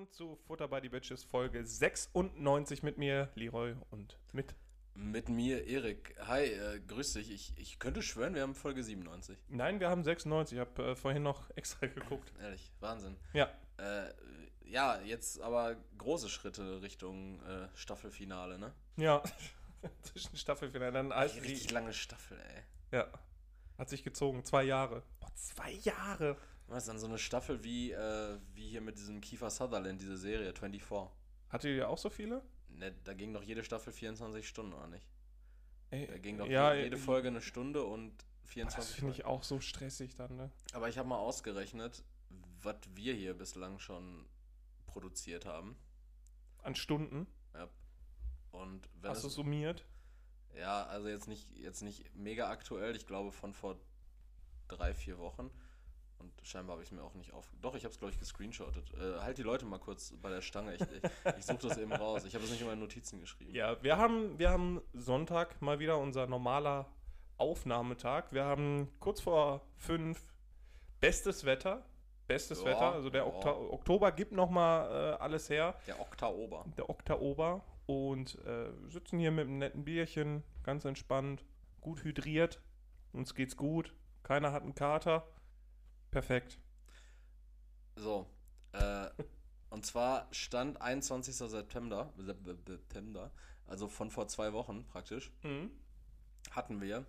zu Futter by the Bitches Folge 96 mit mir, Leroy, und mit mir, Erik. Hi, grüß dich. Ich könnte schwören, wir haben Folge 97. Nein, wir haben 96. Ich habe vorhin noch extra geguckt. Ehrlich, Wahnsinn. Ja. Ja, jetzt aber große Schritte Richtung Staffelfinale, ne? Ja, zwischen Staffelfinale. Dann Richtig lange Staffel, ey. Ja, hat sich gezogen. 2 Jahre. Boah, 2 Jahre. Was, dann so eine Staffel wie hier mit diesem Kiefer Sutherland, diese Serie, 24. Hattet ihr auch so viele? Ne, da ging doch jede Staffel 24 Stunden, oder nicht? Ey, Da ging doch ja, jede Folge eine Stunde und Das 24 finde ich Folgen. auch so stressig dann, ne? Aber ich habe mal ausgerechnet, was wir hier bislang schon produziert haben. An Stunden. Ja. Und wenn Hast du es, summiert? ja, also jetzt nicht mega aktuell, ich glaube von vor 3-4 Wochen. Und scheinbar habe ich es mir auch nicht auf. Doch, ich habe es, glaube ich, gescreenshottet. Halt die Leute mal kurz bei der Stange. Ich suche das eben raus. Ich habe es nicht in meine Notizen geschrieben. Ja, wir haben Sonntag mal wieder unser normaler Aufnahmetag. Wir haben kurz vor 5 bestes Wetter. Bestes Ja, Wetter. Also der ja. Oktober gibt nochmal alles her. Der Oktaober. Der Oktober. Und sitzen hier mit einem netten Bierchen, ganz entspannt, gut hydriert. Uns geht's gut. Keiner hat einen Kater. Perfekt. So. Und zwar stand 21. September, also von vor 2 Wochen praktisch, Mhm. hatten wir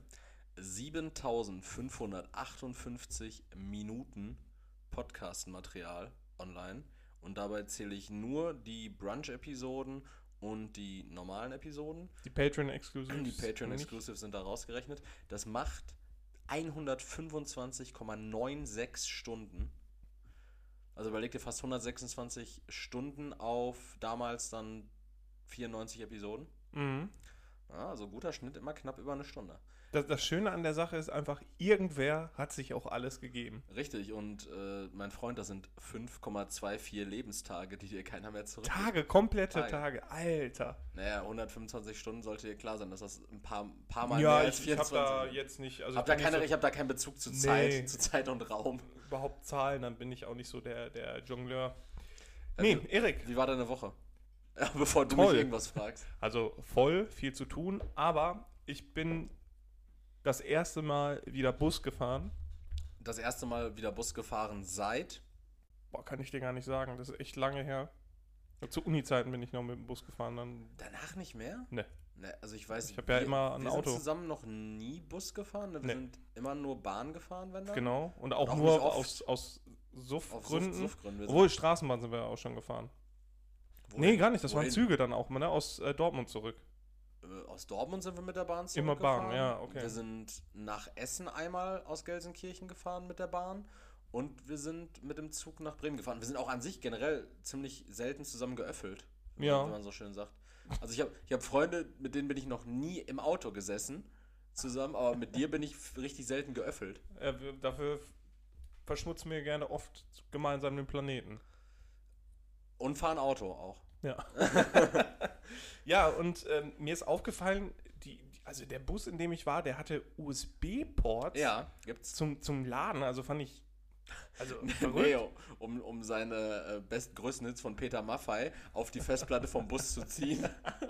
7558 Minuten Podcast-Material online. Und dabei zähle ich nur die Brunch-Episoden und die normalen Episoden. Die Patreon-Exclusives. Die Patreon-Exclusives sind da rausgerechnet. Das macht 125,96 Stunden. Also überleg dir fast 126 Stunden auf damals dann 94 Episoden. Mhm. Ja, also guter Schnitt, immer knapp über eine Stunde. Das Schöne an der Sache ist einfach, irgendwer hat sich auch alles gegeben. Richtig, und mein Freund, das sind 5,24 Lebenstage, die dir keiner mehr zurück. Komplette Tage, Alter. Naja, 125 Stunden sollte dir klar sein, dass das ein paar Mal Ja, mehr als ich habe 24 da sind. jetzt nicht, also Ich habe da keinen Bezug zu Nee. Zeit und Raum. überhaupt Zahlen, dann bin ich auch nicht so der Jongleur. Also, Nee, Erik, Wie war deine Woche? Ja, bevor du Toll. mich irgendwas fragst. also voll, viel zu tun, aber ich bin das erste Mal wieder Bus gefahren. Das erste Mal wieder Bus gefahren seit. Boah, kann ich dir gar nicht sagen, das ist echt lange her. Zu Uni-Zeiten bin ich noch mit dem Bus gefahren, dann, Danach nicht mehr? ne. Ne, also ich weiß, Ich hab ja immer ein wir Auto. sind zusammen noch nie Bus gefahren. Ne? Wir Nee. sind immer nur Bahn gefahren, wenn dann. Genau, und auch Auch nur nicht oft. aus Auf Suffgründen. Suffgründen. Obwohl, Straßenbahn sind wir auch schon gefahren. Nee, gar nicht, das waren Züge dann auch, ne, aus Dortmund zurück. Aus Dortmund sind wir mit der Bahn Immer zurückgefahren. Bahn, ja, okay. Wir sind nach Essen einmal aus Gelsenkirchen gefahren mit der Bahn. Und wir sind mit dem Zug nach Bremen gefahren. Wir sind auch an sich generell ziemlich selten zusammen geöffelt. Ja. Wenn man so schön sagt. Also ich hab Freunde, mit denen bin ich noch nie im Auto gesessen zusammen. Aber mit dir bin ich richtig selten geöffelt. Dafür verschmutzen wir gerne oft gemeinsam den Planeten. Und fahren Auto auch. Ja. Ja, und mir ist aufgefallen, also der Bus, in dem ich war, der hatte USB-Ports Ja, gibt's. zum Laden. Also fand ich, also verrückt. Neo, um seine größten Hits von Peter Maffay auf die Festplatte vom Bus zu ziehen.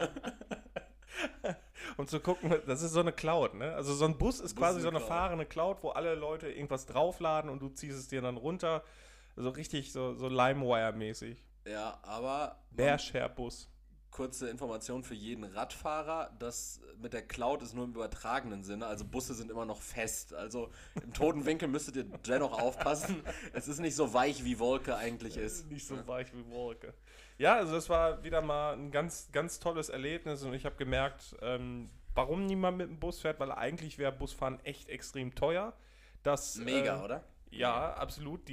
Und zu gucken, das ist so eine Cloud, ne? Also so ein Bus ist Bus quasi ist so eine eine Cloud. fahrende Cloud, wo alle Leute irgendwas draufladen und du ziehst es dir dann runter. So richtig so LimeWire-mäßig. Ja, aber Bearshare-Bus. kurze Information für jeden Radfahrer, das mit der Cloud ist nur im übertragenen Sinne, also Busse sind immer noch fest, also im toten Winkel müsstet ihr dennoch aufpassen, es ist nicht so weich, wie Wolke eigentlich ist. Nicht so weich wie Wolke. Ja, also das war wieder mal ein ganz, ganz tolles Erlebnis und ich habe gemerkt, warum niemand mit dem Bus fährt, weil eigentlich wäre Busfahren echt extrem teuer. Das, Mega, oder? Ja, absolut.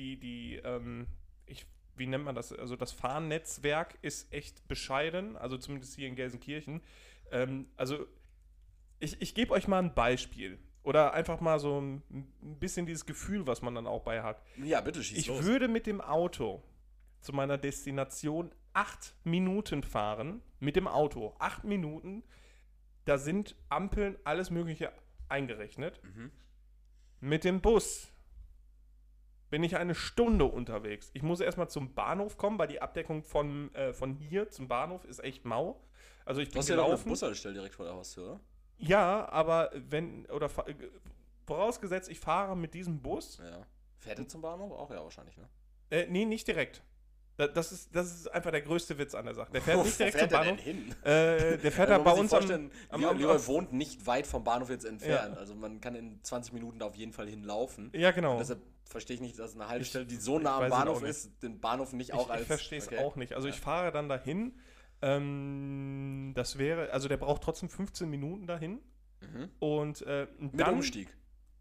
Wie nennt man das? Also das Fahrnetzwerk ist echt bescheiden, also zumindest hier in Gelsenkirchen. Also ich gebe euch mal ein Beispiel oder einfach mal so ein bisschen dieses Gefühl, was man dann auch bei hat. Ja, bitte schieß Ich los. würde mit dem Auto zu meiner Destination 8 Minuten fahren. Mit dem Auto 8 Minuten. Da sind Ampeln, alles Mögliche eingerechnet. Mhm. Mit dem Bus bin ich eine Stunde unterwegs. Ich muss erstmal zum Bahnhof kommen, weil die Abdeckung von hier zum Bahnhof ist echt mau. Also ich Du bin hast ja doch eine gelaufen. Bushaltestelle direkt vor der Haustür, oder? Ja, aber vorausgesetzt, ich fahre mit diesem Bus. Ja. Fährt er zum Bahnhof? Auch ja, wahrscheinlich, ne? Nee, nicht direkt. Das ist einfach der größte Witz an der Sache. Der fährt nicht direkt zum fährt er Bahnhof. denn hin? Der fährt da bei uns Leroy wohnt nicht weit vom Bahnhof jetzt entfernt. Ja. Also man kann in 20 Minuten da auf jeden Fall hinlaufen. Ja, genau. Und deshalb verstehe ich nicht, dass eine Haltestelle, die so nah am Bahnhof ist, den Bahnhof nicht auch als... Ich verstehe es auch nicht. Also ich fahre dann dahin. Das wäre, also der braucht trotzdem 15 Minuten dahin. Mhm. Und mit dann, Umstieg?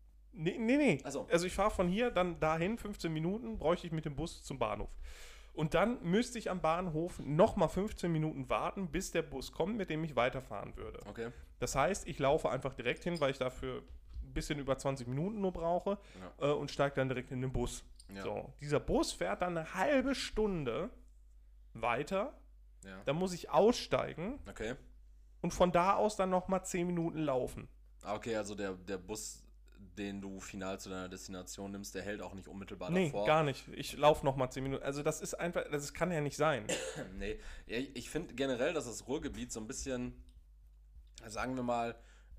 Nee. So. Also ich fahre von hier dann dahin, 15 Minuten, bräuchte ich mit dem Bus zum Bahnhof. Und dann müsste ich am Bahnhof nochmal 15 Minuten warten, bis der Bus kommt, mit dem ich weiterfahren würde. Okay. Das heißt, ich laufe einfach direkt hin, weil ich dafür ein bisschen über 20 Minuten nur brauche und steige dann direkt in den Bus. Ja. So, dieser Bus fährt dann eine halbe Stunde weiter. Ja. Dann muss ich aussteigen. Okay. Und von da aus dann nochmal 10 Minuten laufen. Okay, also der Bus, den du final zu deiner Destination nimmst, der hält auch nicht unmittelbar Nee, davor. gar nicht. Ich laufe nochmal 10 Minuten. Also das ist einfach, das kann ja nicht sein. Nee, ich finde generell, dass das Ruhrgebiet so ein bisschen, sagen wir mal,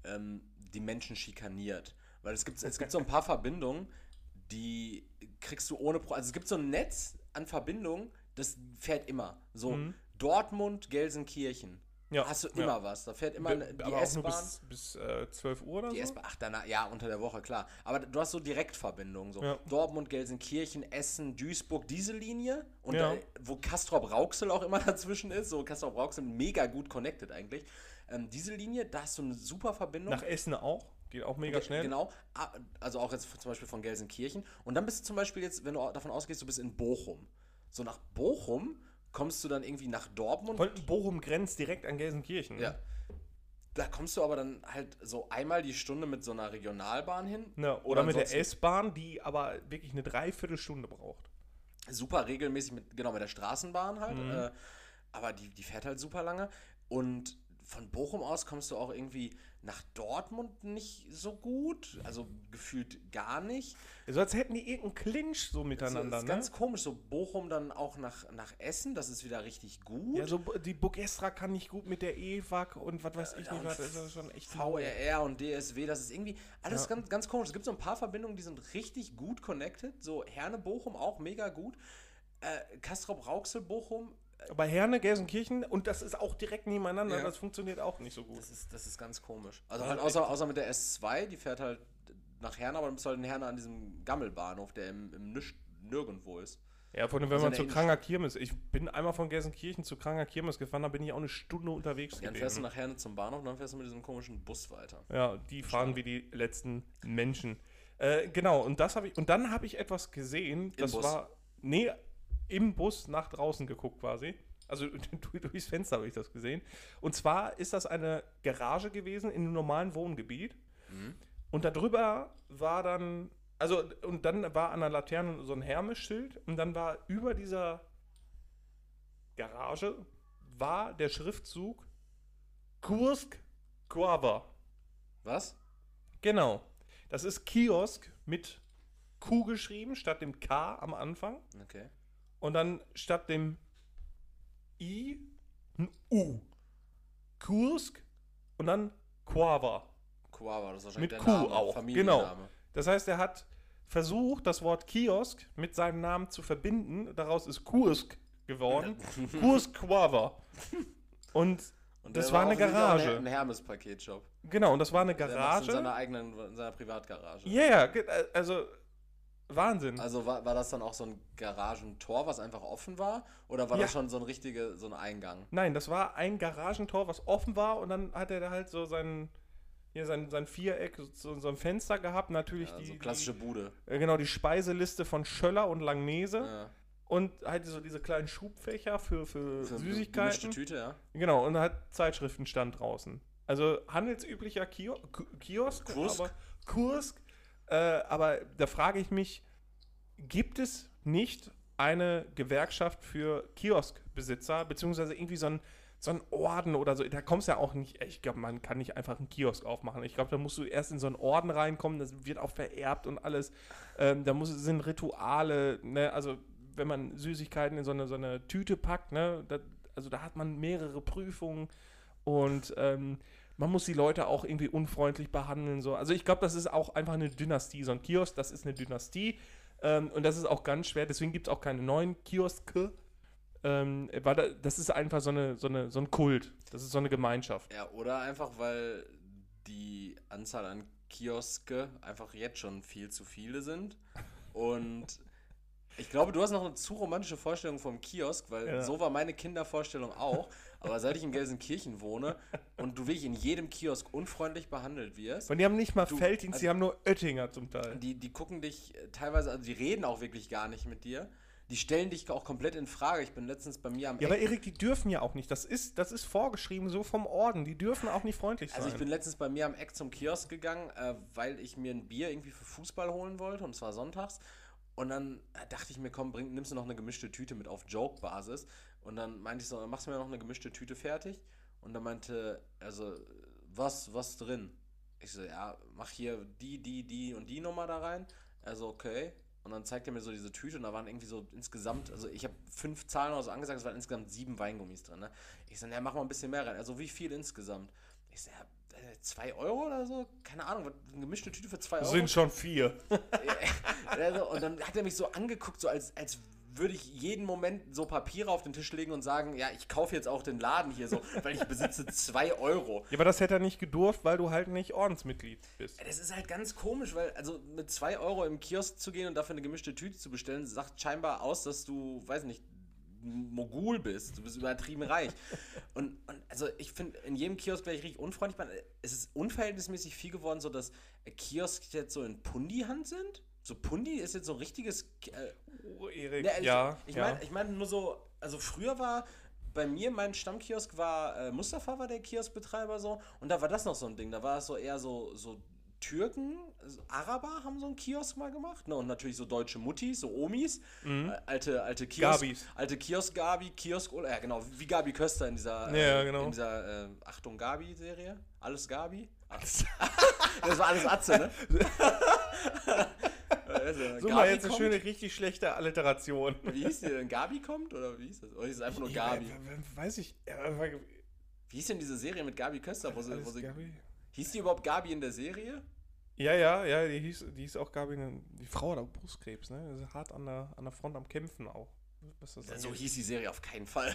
die Menschen schikaniert. Weil es gibt so ein paar Verbindungen, die kriegst du ohne... Also es gibt so ein Netz an Verbindungen, das fährt immer. So Dortmund, Gelsenkirchen. Ja, hast du immer was. Da fährt immer die S-Bahn. Bis 12 Uhr oder die so? S-Bahn, danach, ja, unter der Woche, klar. Aber du hast so Direktverbindungen. So. Ja. Dortmund, Gelsenkirchen, Essen, Duisburg, diese Linie. Und wo Castrop-Rauxel auch immer dazwischen ist. So Castrop-Rauxel mega gut connected eigentlich. Diese Linie, da hast du eine super Verbindung. Nach Essen auch. Geht auch mega schnell. Genau. Also auch jetzt zum Beispiel von Gelsenkirchen. Und dann bist du zum Beispiel jetzt, wenn du davon ausgehst, du bist in Bochum. So nach Bochum kommst du dann irgendwie nach Dortmund. Bochum grenzt direkt an Gelsenkirchen. Ne? Ja. Da kommst du aber dann halt so einmal die Stunde mit so einer Regionalbahn hin. Ja, oder mit der S-Bahn, die aber wirklich eine Dreiviertelstunde braucht. Super regelmäßig mit der Straßenbahn halt. Aber die fährt halt super lange. Und von Bochum aus kommst du auch irgendwie nach Dortmund nicht so gut. Also gefühlt gar nicht. So als hätten die irgendeinen Clinch so miteinander. Das ist ganz komisch. So Bochum dann auch nach Essen, das ist wieder richtig gut. Ja, so die Bugestra kann nicht gut mit der EWAG und was weiß ich nicht. Das ist schon echt VRR und DSW, das ist irgendwie alles ganz, ganz komisch. Es gibt so ein paar Verbindungen, die sind richtig gut connected. So Herne-Bochum auch mega gut. Castrop-Rauxel-Bochum. Aber Herne, Gelsenkirchen und das ist auch direkt nebeneinander, das funktioniert auch nicht so gut. Das ist ganz komisch. Also halt außer mit der S2, die fährt halt nach Herne, aber dann bist du halt in Herne an diesem Gammelbahnhof, der im Nirgendwo ist. Ja, wenn man zu Kranger Kirmes, ich bin einmal von Gelsenkirchen zu Kranger Kirmes gefahren, da bin ich auch eine Stunde unterwegs gewesen. Dann fährst du nach Herne zum Bahnhof, dann fährst du mit diesem komischen Bus weiter. Ja, die fahren wie die letzten Menschen. Genau, und dann habe ich etwas gesehen, im Bus nach draußen geguckt quasi. Also durchs Fenster habe ich das gesehen. Und zwar ist das eine Garage gewesen in einem normalen Wohngebiet. Und darüber war dann, und dann war an der Laterne so ein Hermes-Schild. Und dann war über dieser Garage war der Schriftzug Kursk Guava. Was? Genau. Das ist Kiosk mit Q geschrieben, statt dem K am Anfang. Okay. Und dann statt dem I ein U. Kursk und dann Quava. Quava, das ist wahrscheinlich mit der Q Name, auch. Familienname. Genau. Das heißt, er hat versucht, das Wort Kiosk mit seinem Namen zu verbinden. Daraus ist Kursk geworden. Kursk Quava. Und das war eine Garage. Ein Hermes-Paketshop. Genau, und das war eine Garage. In seiner Privatgarage. Ja, also Wahnsinn. Also war das dann auch so ein Garagentor, was einfach offen war? Oder war das schon so ein Eingang? Nein, das war ein Garagentor, was offen war und dann hat er da halt so sein Viereck, so ein Fenster gehabt. Natürlich so klassische Bude. Genau, die Speiseliste von Schöller und Langnese. Ja. Und halt so diese kleinen Schubfächer für Süßigkeiten. Gemischte Tüte, ja. Genau, und halt Zeitschriftenstand draußen. Also handelsüblicher Kiosk. Kursk. Aber da frage ich mich, gibt es nicht eine Gewerkschaft für Kioskbesitzer, beziehungsweise irgendwie so so einen Orden oder so, da kommst du ja auch nicht, ich glaube, man kann nicht einfach einen Kiosk aufmachen. Ich glaube, da musst du erst in so einen Orden reinkommen, das wird auch vererbt und alles. Sind Rituale, ne? Also wenn man Süßigkeiten in so eine Tüte packt, ne? Also da hat man mehrere Prüfungen und man muss die Leute auch irgendwie unfreundlich behandeln. So. Also ich glaube, das ist auch einfach eine Dynastie. So ein Kiosk, das ist eine Dynastie. Und das ist auch ganz schwer. Deswegen gibt es auch keine neuen Kioske. Das ist einfach so ein Kult. Das ist so eine Gemeinschaft. Ja, oder einfach, weil die Anzahl an Kioske einfach jetzt schon viel zu viele sind. Und ich glaube, du hast noch eine zu romantische Vorstellung vom Kiosk, weil so war meine Kindervorstellung auch. Aber seit ich in Gelsenkirchen wohne und du wirklich in jedem Kiosk unfreundlich behandelt wirst. Und die haben nicht mal Felddienst, die haben nur Oettinger zum Teil. Die gucken dich teilweise, also die reden auch wirklich gar nicht mit dir. Die stellen dich auch komplett in Frage. Ich bin letztens bei mir am Eck. Ja, aber Erik, die dürfen ja auch nicht. Das ist vorgeschrieben, so vom Orden. Die dürfen auch nicht freundlich sein. Also ich bin letztens bei mir am Eck zum Kiosk gegangen, weil ich mir ein Bier irgendwie für Fußball holen wollte. Und zwar sonntags. Und dann dachte ich mir, komm, nimmst du noch eine gemischte Tüte mit auf Joke-Basis. Und dann meinte ich so, machst du mir noch eine gemischte Tüte fertig? Und dann meinte, also, was drin? Ich so, ja, mach hier die und die Nummer da rein. Also, okay. Und dann zeigt er mir so diese Tüte und da waren irgendwie so insgesamt, also ich habe 5 Zahlen oder so angesagt, es waren insgesamt 7 Weingummis drin. Ne? Ich so, ja, mach mal ein bisschen mehr rein. Also, wie viel insgesamt? Ich so, ja, 2 Euro oder so? Keine Ahnung, eine gemischte Tüte für 2 Euro? Sind schon 4. Und dann hat er mich so angeguckt, so als würde ich jeden Moment so Papiere auf den Tisch legen und sagen, ja, ich kaufe jetzt auch den Laden hier so, weil ich besitze 2 Euro. Ja, aber das hätte er nicht gedurft, weil du halt nicht Ordensmitglied bist. Das ist halt ganz komisch, weil also mit 2 Euro im Kiosk zu gehen und dafür eine gemischte Tüte zu bestellen, sagt scheinbar aus, dass du, weiß nicht, Mogul bist. Du bist übertrieben reich. Und also ich finde, in jedem Kiosk wäre ich richtig unfreundlich. Es ist unverhältnismäßig viel geworden, so dass Kiosks jetzt so in Pundi-Hand sind. So Pundi ist jetzt so ein richtiges... Erik, Ich meine nur so, also früher war bei mir, mein Stammkiosk war, Mustafa war der Kioskbetreiber so und da war das noch so ein Ding, da war es so eher so Türken, also Araber haben so einen Kiosk mal gemacht, ne? Und natürlich so deutsche Muttis, so Omis, alte Kiosk, Gabis. alte Kiosk-Gabi, ja genau, wie Gabi Köster in dieser, in dieser Achtung Gabi-Serie, alles Gabi. Das war alles Atze, ne? So mal jetzt eine schöne, richtig schlechte Alliteration. Wie hieß die denn? Gabi kommt? Oder wie hieß das? Oder hieß es einfach nur Gabi? Weiß ich. Wie hieß denn diese Serie mit Gabi Köster? Gabi? Hieß die überhaupt Gabi in der Serie? Ja, die hieß auch Gabi. Die Frau hat auch Brustkrebs, ne? Also hart an der Front am Kämpfen auch. So hieß die Serie auf keinen Fall.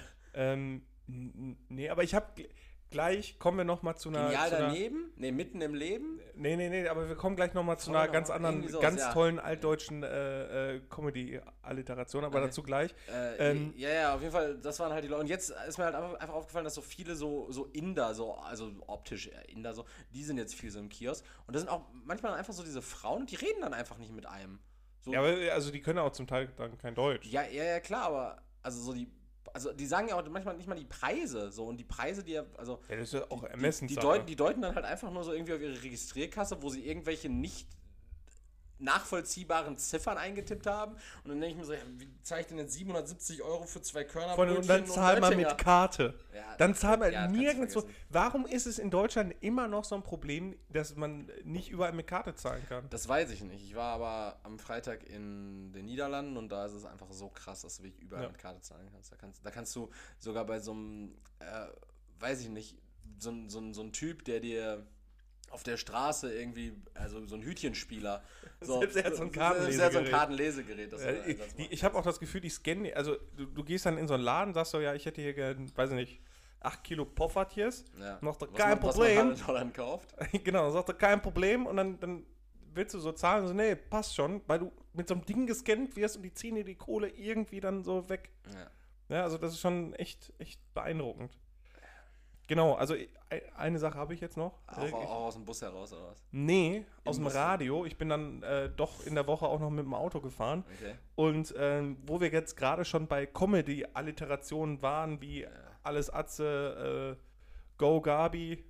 Nee, aber ich habe... Gleich kommen wir nochmal zu einer... Genial daneben? Nee, mitten im Leben? Nee, aber wir kommen gleich nochmal zu einer ganz anderen, tollen altdeutschen Comedy-Alliteration, aber dazu gleich. Ja, auf jeden Fall, das waren halt die Leute. Und jetzt ist mir halt einfach aufgefallen, dass so viele so Inder, also optisch Inder, so, die sind jetzt viel so im Kiosk. Und das sind auch manchmal einfach so diese Frauen, die reden dann einfach nicht mit einem. So. Ja, aber also die können auch zum Teil dann kein Deutsch. Ja, klar, aber also die sagen ja auch manchmal nicht mal die Preise, so, und die Preise, ja, das ist ja auch Ermessenssache. Die deuten dann halt einfach nur so irgendwie auf ihre Registrierkasse, wo sie irgendwelche nicht nachvollziehbaren Ziffern eingetippt haben, und dann denke ich mir so, ja, wie zahle ich denn jetzt 770 Euro für 2 Körnerbrötchen? Und dann zahlt man mit Karte. Ja, dann zahlt man nirgendwo. Warum ist es in Deutschland immer noch so ein Problem, dass man nicht überall mit Karte zahlen kann? Das weiß ich nicht. Ich war aber am Freitag in den Niederlanden und da ist es einfach so krass, dass du wirklich überall mit Karte zahlen kannst. Da kannst du sogar bei so einem, weiß ich nicht, so ein Typ, der dir auf der Straße irgendwie, also so ein Hütchenspieler. Selbst er hat so ein Kartenlesegerät. Ich habe auch das Gefühl, die scannen, also du gehst dann in so einen Laden, sagst so, ja, ich hätte hier gerne, weiß ich nicht, 8 Kilo Poffertjes. Ja. Noch kein Problem. Was man Holland kauft. Genau, sagt er, kein Problem. Und dann willst du so zahlen, so, nee, passt schon, weil du mit so einem Ding gescannt wirst und die ziehen dir die Kohle irgendwie dann so weg. Ja, also das ist schon echt beeindruckend. Genau, also eine Sache habe ich jetzt noch. Auch aus dem Bus heraus, oder was? Nee, aus dem Radio. Ich bin dann doch in der Woche auch noch mit dem Auto gefahren. Okay. Und wo wir jetzt gerade schon bei Comedy-Alliterationen waren, wie Alles Atze, Go Gabi,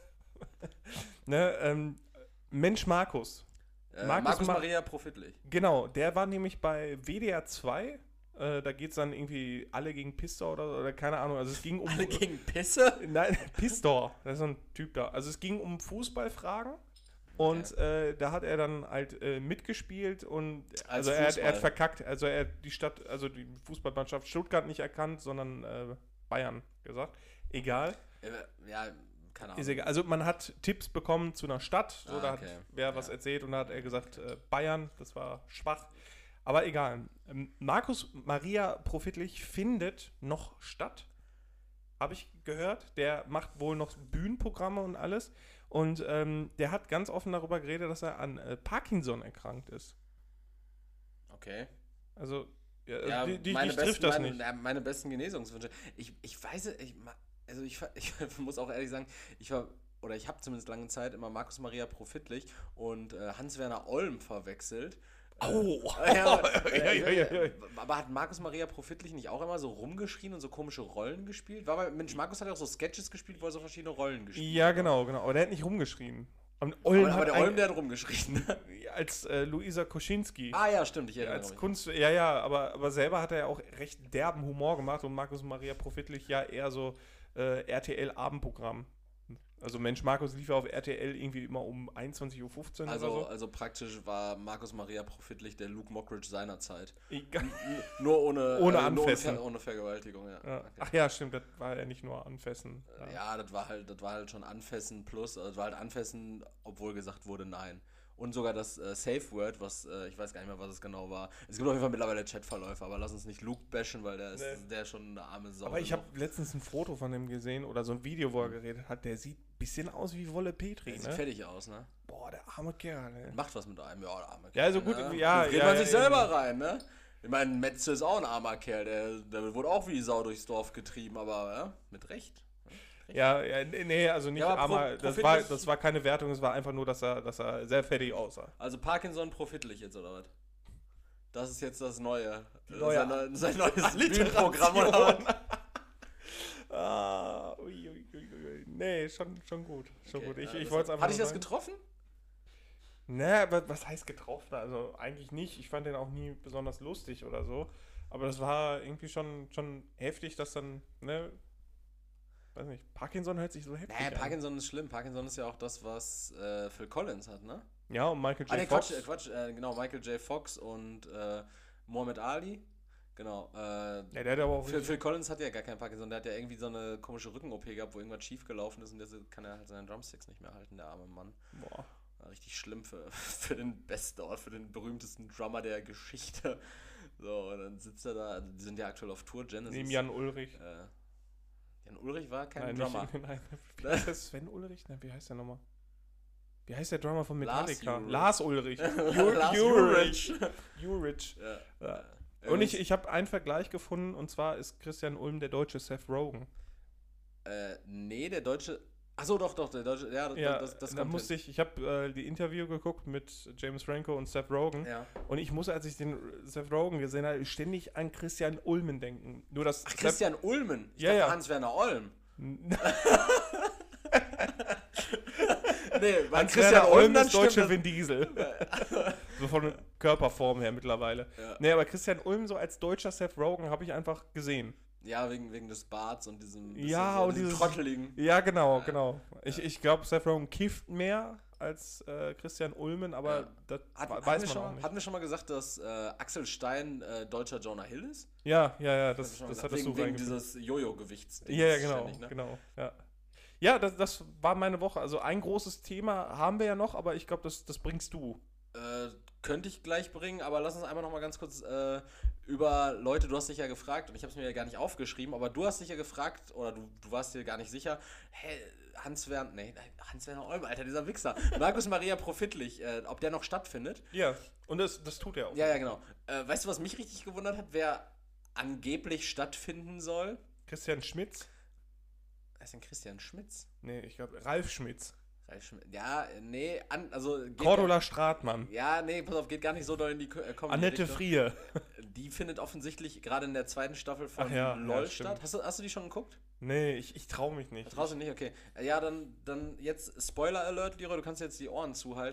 ne, Mensch Markus. Markus Maria Profitlich. Genau, der war nämlich bei WDR 2 Da geht es dann irgendwie alle gegen Pistor oder keine Ahnung. Also es ging um... Alle gegen Pisse? Nein, Pistor, das ist so ein Typ da. Also es ging um Fußballfragen und da hat er dann halt mitgespielt und Als also er hat Fußball. verkackt. Also er hat die Stadt, also die Fußballmannschaft Stuttgart nicht erkannt, sondern Bayern gesagt. Egal. Ja, keine Ahnung. Ist egal. Also man hat Tipps bekommen zu einer Stadt, so da okay. hat wer was erzählt und da hat er gesagt, Bayern, das war schwach. Aber egal. Markus Maria Profitlich findet noch statt. Habe ich gehört. Der macht wohl noch Bühnenprogramme und alles. Und der hat ganz offen darüber geredet, dass er an Parkinson erkrankt ist. Okay. Also, Ja, dich trifft das nicht. Meine besten Genesungswünsche. Ich weiß, ich muss auch ehrlich sagen, ich habe zumindest lange Zeit immer Markus Maria Profitlich und Hans-Werner Olm verwechselt. Oh! Aber hat Markus Maria Profitlich nicht auch immer so rumgeschrien und so komische Rollen gespielt? Mensch, Markus hat ja auch so Sketches gespielt, wo er so verschiedene Rollen gespielt hat. Ja, genau. Aber der hat nicht rumgeschrien. Und Aber der Olm, der hat rumgeschrien. Als Luisa Koschinski. Ah ja, stimmt, ich erinnere Als mich. Kunst, ja, aber selber hat er ja auch recht derben Humor gemacht und Markus Maria Profitlich ja eher so RTL-Abendprogramm. Also Mensch, Markus lief ja auf RTL irgendwie immer um 21.15 Uhr oder so. Also praktisch war Markus Maria Profitlich der Luke Mockridge seiner Zeit. Egal. Nur ohne Anfassen. ohne Vergewaltigung, ja. Ja. Okay. Ach ja, stimmt, das war ja nicht nur Anfassen. Ja, das war halt schon Anfassen plus, das war halt Anfassen, obwohl gesagt wurde nein. Und sogar das Safe Word, was, ich weiß gar nicht mehr, was es genau war. Es gibt auf jeden Fall mittlerweile Chatverläufe, aber lass uns nicht Luke bashen, weil der ist schon eine arme Sau. Aber ich habe letztens ein Foto von dem gesehen oder so ein Video, wo er geredet hat, der sieht ein bisschen aus wie Wolle Petri, der ne? sieht fertig aus, ne? Boah, der arme Kerl, ey. Macht was mit einem, ja, der arme Kerl. Ja, also gut, ne? ja. Redet man sich selber rein, ne? Ich meine, Metze ist auch ein armer Kerl, der wurde auch wie die Sau durchs Dorf getrieben, aber ja, mit Recht. Ja, nee, also nicht Ja, aber armer, das war keine Wertung, es war einfach nur, dass er sehr fertig aussah. Also Parkinson profitlich jetzt, oder was? Das ist jetzt das neue. Sein neues Alliteration. Bühnenprogramm, oder was? Nee, schon gut. Schon gut. Ich wollte es einfach Hatte ich nur das sagen. getroffen? Nee, aber was heißt getroffen? Also eigentlich nicht. Ich fand den auch nie besonders lustig oder so. Aber das war irgendwie schon heftig, dass dann, ne, weiß nicht, Parkinson hört sich so heftig an. Parkinson ist schlimm. Parkinson ist ja auch das, was Phil Collins hat, ne? Ja, und Michael J. Fox. Quatsch, genau, Michael J. Fox und Muhammad Ali. Genau. Ja, der hat aber auch Phil Collins hat ja gar keinen Parkinson, der hat ja irgendwie so eine komische Rücken-OP gehabt, wo irgendwas schief gelaufen ist und deswegen kann er halt seine Drumsticks nicht mehr halten, der arme Mann. Boah. War richtig schlimm für den besten Ort, für den berühmtesten Drummer der Geschichte. So, und dann sitzt er da, die sind ja aktuell auf Tour, Genesis. Neben Jan Ulrich. Jan Ulrich war kein Nein, Drummer. Nein, wie heißt der? Sven Ulrich? Nein, wie heißt der nochmal? Wie heißt der Drummer von Metallica? Lars Ulrich. Lars Ulrich. Ulrich. Ja. Und ich habe einen Vergleich gefunden, und zwar ist Christian Ulm der deutsche Seth Rogen. Nee, der deutsche. Achso, doch, der deutsche. Ja, das da kommt musste ich habe die Interview geguckt mit James Franco und Seth Rogen. Ja. Und ich musste, als ich den Seth Rogen gesehen habe, ständig an Christian Ulmen denken. Nur dass Christian Ulmen? Ich Ja, dachte ja. Hans-Werner Olm. Nee, weil Christian Ulm dann ist deutsche stimmt Vin Diesel. So von der Körperform her mittlerweile. Ja. Nee, aber Christian Ulm so als deutscher Seth Rogen habe ich einfach gesehen. Ja, wegen des Barts und diesem Ja, so, und diesem dieses Trotteligen. Ja, genau. Ich glaube, Seth Rogen kifft mehr als Christian Ulmen, aber das weiß man auch nicht. Hatten wir schon mal gesagt, dass Axel Stein deutscher Jonah Hill ist? Ja, das Das hattest du wegen reingefügt. dieses Jojo-Gewichts. Ja, genau, ständig, ne? genau, ja. Ja, das war meine Woche. Also ein großes Thema haben wir ja noch, aber ich glaube, das bringst du. Könnte ich gleich bringen, aber lass uns einmal noch mal ganz kurz über Leute, du hast dich ja gefragt, und ich habe es mir ja gar nicht aufgeschrieben, aber du hast dich ja gefragt, oder du warst dir gar nicht sicher, hey, Hans-Werner Olm, Alter, dieser Wichser, Markus Maria Profitlich, ob der noch stattfindet. Ja, und das tut er auch. Ja, genau. Weißt du, was mich richtig gewundert hat, wer angeblich stattfinden soll? Christian Schmitz? Wer ist denn Christian Schmitz? Nee, ich glaube, Ralf Schmitz. Ja, nee, Cordula Stratmann. Ja, nee, pass auf, geht gar nicht so doll in die Comedy-Richtung. Annette Frier. Die findet offensichtlich gerade in der zweiten Staffel von ja, LOL ja, statt. Hast du die schon geguckt? Nee, ich traue mich nicht. Traust du nicht? Okay. Ja, dann jetzt Spoiler-Alert, Leroy, du kannst jetzt die Ohren zuhalten.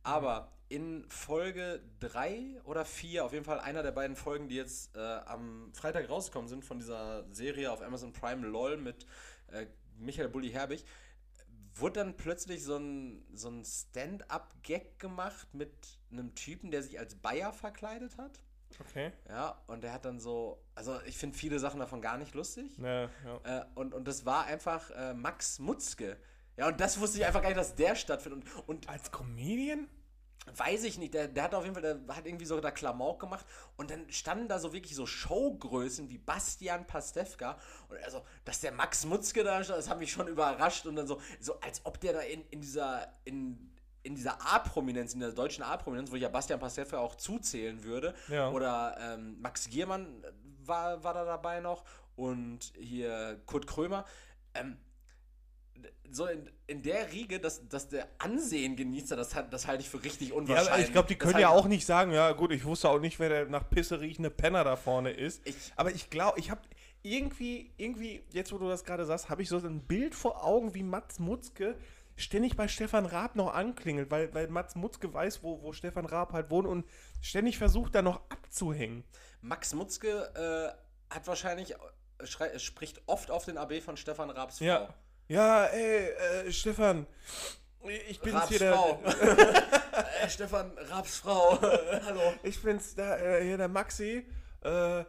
Aber in Folge 3 oder 4, auf jeden Fall einer der beiden Folgen, die jetzt am Freitag rausgekommen sind von dieser Serie auf Amazon Prime LOL mit Michael Bulli Herbig, wurde dann plötzlich so ein Stand-up-Gag gemacht mit einem Typen, der sich als Bayer verkleidet hat. Okay. Ja, und der hat dann so, also ich finde viele Sachen davon gar nicht lustig. Ja. Und das war einfach Max Mutzke. Ja, und das wusste ich einfach gar nicht, dass der stattfindet. Und Als Comedian? weiß ich nicht, der hat auf jeden Fall, der hat irgendwie so da Klamauk gemacht und dann standen da so wirklich so Showgrößen wie Bastian Pastewka und also, dass der Max Mutzke da stand, das hat mich schon überrascht und dann so als ob der da in dieser A-Prominenz, in der deutschen A-Prominenz, wo ich ja Bastian Pastewka auch zuzählen würde, Ja. oder Max Giermann war da dabei noch und hier Kurt Krömer, so in der Riege, dass der Ansehen genießt, das halte ich für richtig Ja, unwahrscheinlich. aber ich glaube, die können ja auch nicht sagen, ja gut, ich wusste auch nicht, wer der nach Pisse riechende Penner da vorne ist. Aber ich glaube, ich habe irgendwie, jetzt wo du das gerade sagst, habe ich so ein Bild vor Augen, wie Mats Mutzke ständig bei Stefan Raab noch anklingelt, weil Mats Mutzke weiß, wo Stefan Raab halt wohnt und ständig versucht, da noch abzuhängen. Max Mutzke hat wahrscheinlich, spricht oft auf den AB von Stefan Raabs Frau. Ja. Ja, ey, Stefan, ich bin's Raabs hier der. Frau. Stefan Raabs Frau. Hallo. Ich bin's hier der Maxi. Ja,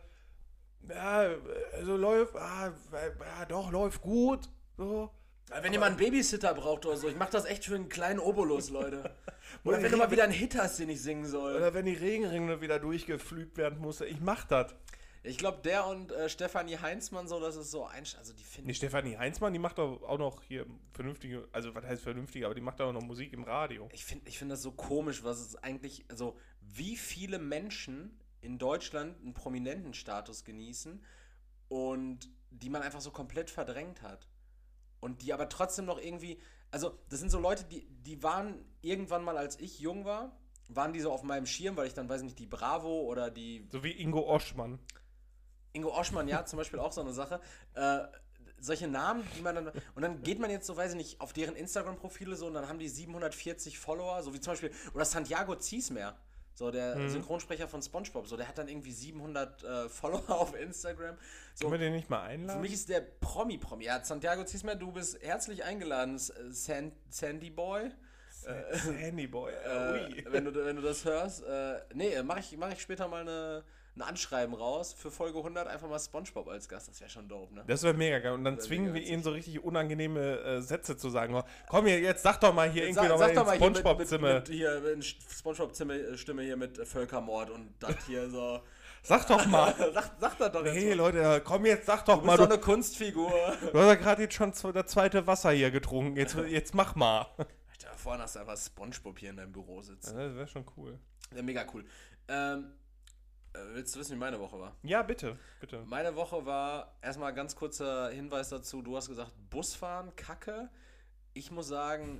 also läuft, doch, läuft gut. So. Wenn ihr mal einen Babysitter braucht oder so, ich mach das echt für einen kleinen Obolus, Leute. Oder Oder wenn du mal wieder einen Hit hast, den ich singen soll. Oder wenn die Regenringe wieder durchgepflügt werden muss, ich mach das. Ich glaube, der und Stefanie Heinzmann so, das ist so also die finden... Nee, Stefanie Heinzmann, die macht doch auch noch hier vernünftige, also was heißt vernünftige, aber die macht auch noch Musik im Radio. Ich find das so komisch, was es eigentlich, also wie viele Menschen in Deutschland einen prominenten Status genießen und die man einfach so komplett verdrängt hat. Und die aber trotzdem noch irgendwie, also das sind so Leute, die waren irgendwann mal, als ich jung war, waren die so auf meinem Schirm, weil ich dann, weiß nicht, die Bravo oder die... So wie Ingo Oschmann. Ingo Oschmann, ja, zum Beispiel auch so eine Sache. Solche Namen, die man dann... Und dann geht man jetzt so, weiß ich nicht, auf deren Instagram-Profile so und dann haben die 740 Follower, so wie zum Beispiel... Oder Santiago Ziesmer, so der Synchronsprecher von SpongeBob, so der hat dann irgendwie 700 Follower auf Instagram. So, Können wir den nicht mal einladen? für mich ist der Promi. Ja, Santiago Ziesmer, du bist herzlich eingeladen, Sandy Boy. Sandy Boy. Wenn du das hörst. Mach ich später mal ein Anschreiben raus für Folge 100, einfach mal SpongeBob als Gast. Das wäre schon dope, ne? Das wäre mega geil. Und dann zwingen wir ihn so richtig unangenehme Sätze zu sagen. Komm hier, jetzt sag doch mal hier irgendwie nochmal in SpongeBob-Zimmer. Hier in SpongeBob-Stimme hier mit Völkermord und das hier so. Sag doch mal. sag das doch jetzt. Hey Leute, komm jetzt, sag doch Du mal. bist doch eine Kunstfigur. Du hast ja gerade jetzt schon das zweite Wasser hier getrunken. Jetzt mach mal. Alter, vorhin hast du einfach SpongeBob hier in deinem Büro sitzen. Ja, das wäre schon cool. Ja, mega cool. Willst du wissen, wie meine Woche war? Ja, bitte. Meine Woche war, erstmal ganz kurzer Hinweis dazu, du hast gesagt, Busfahren, Kacke. Ich muss sagen,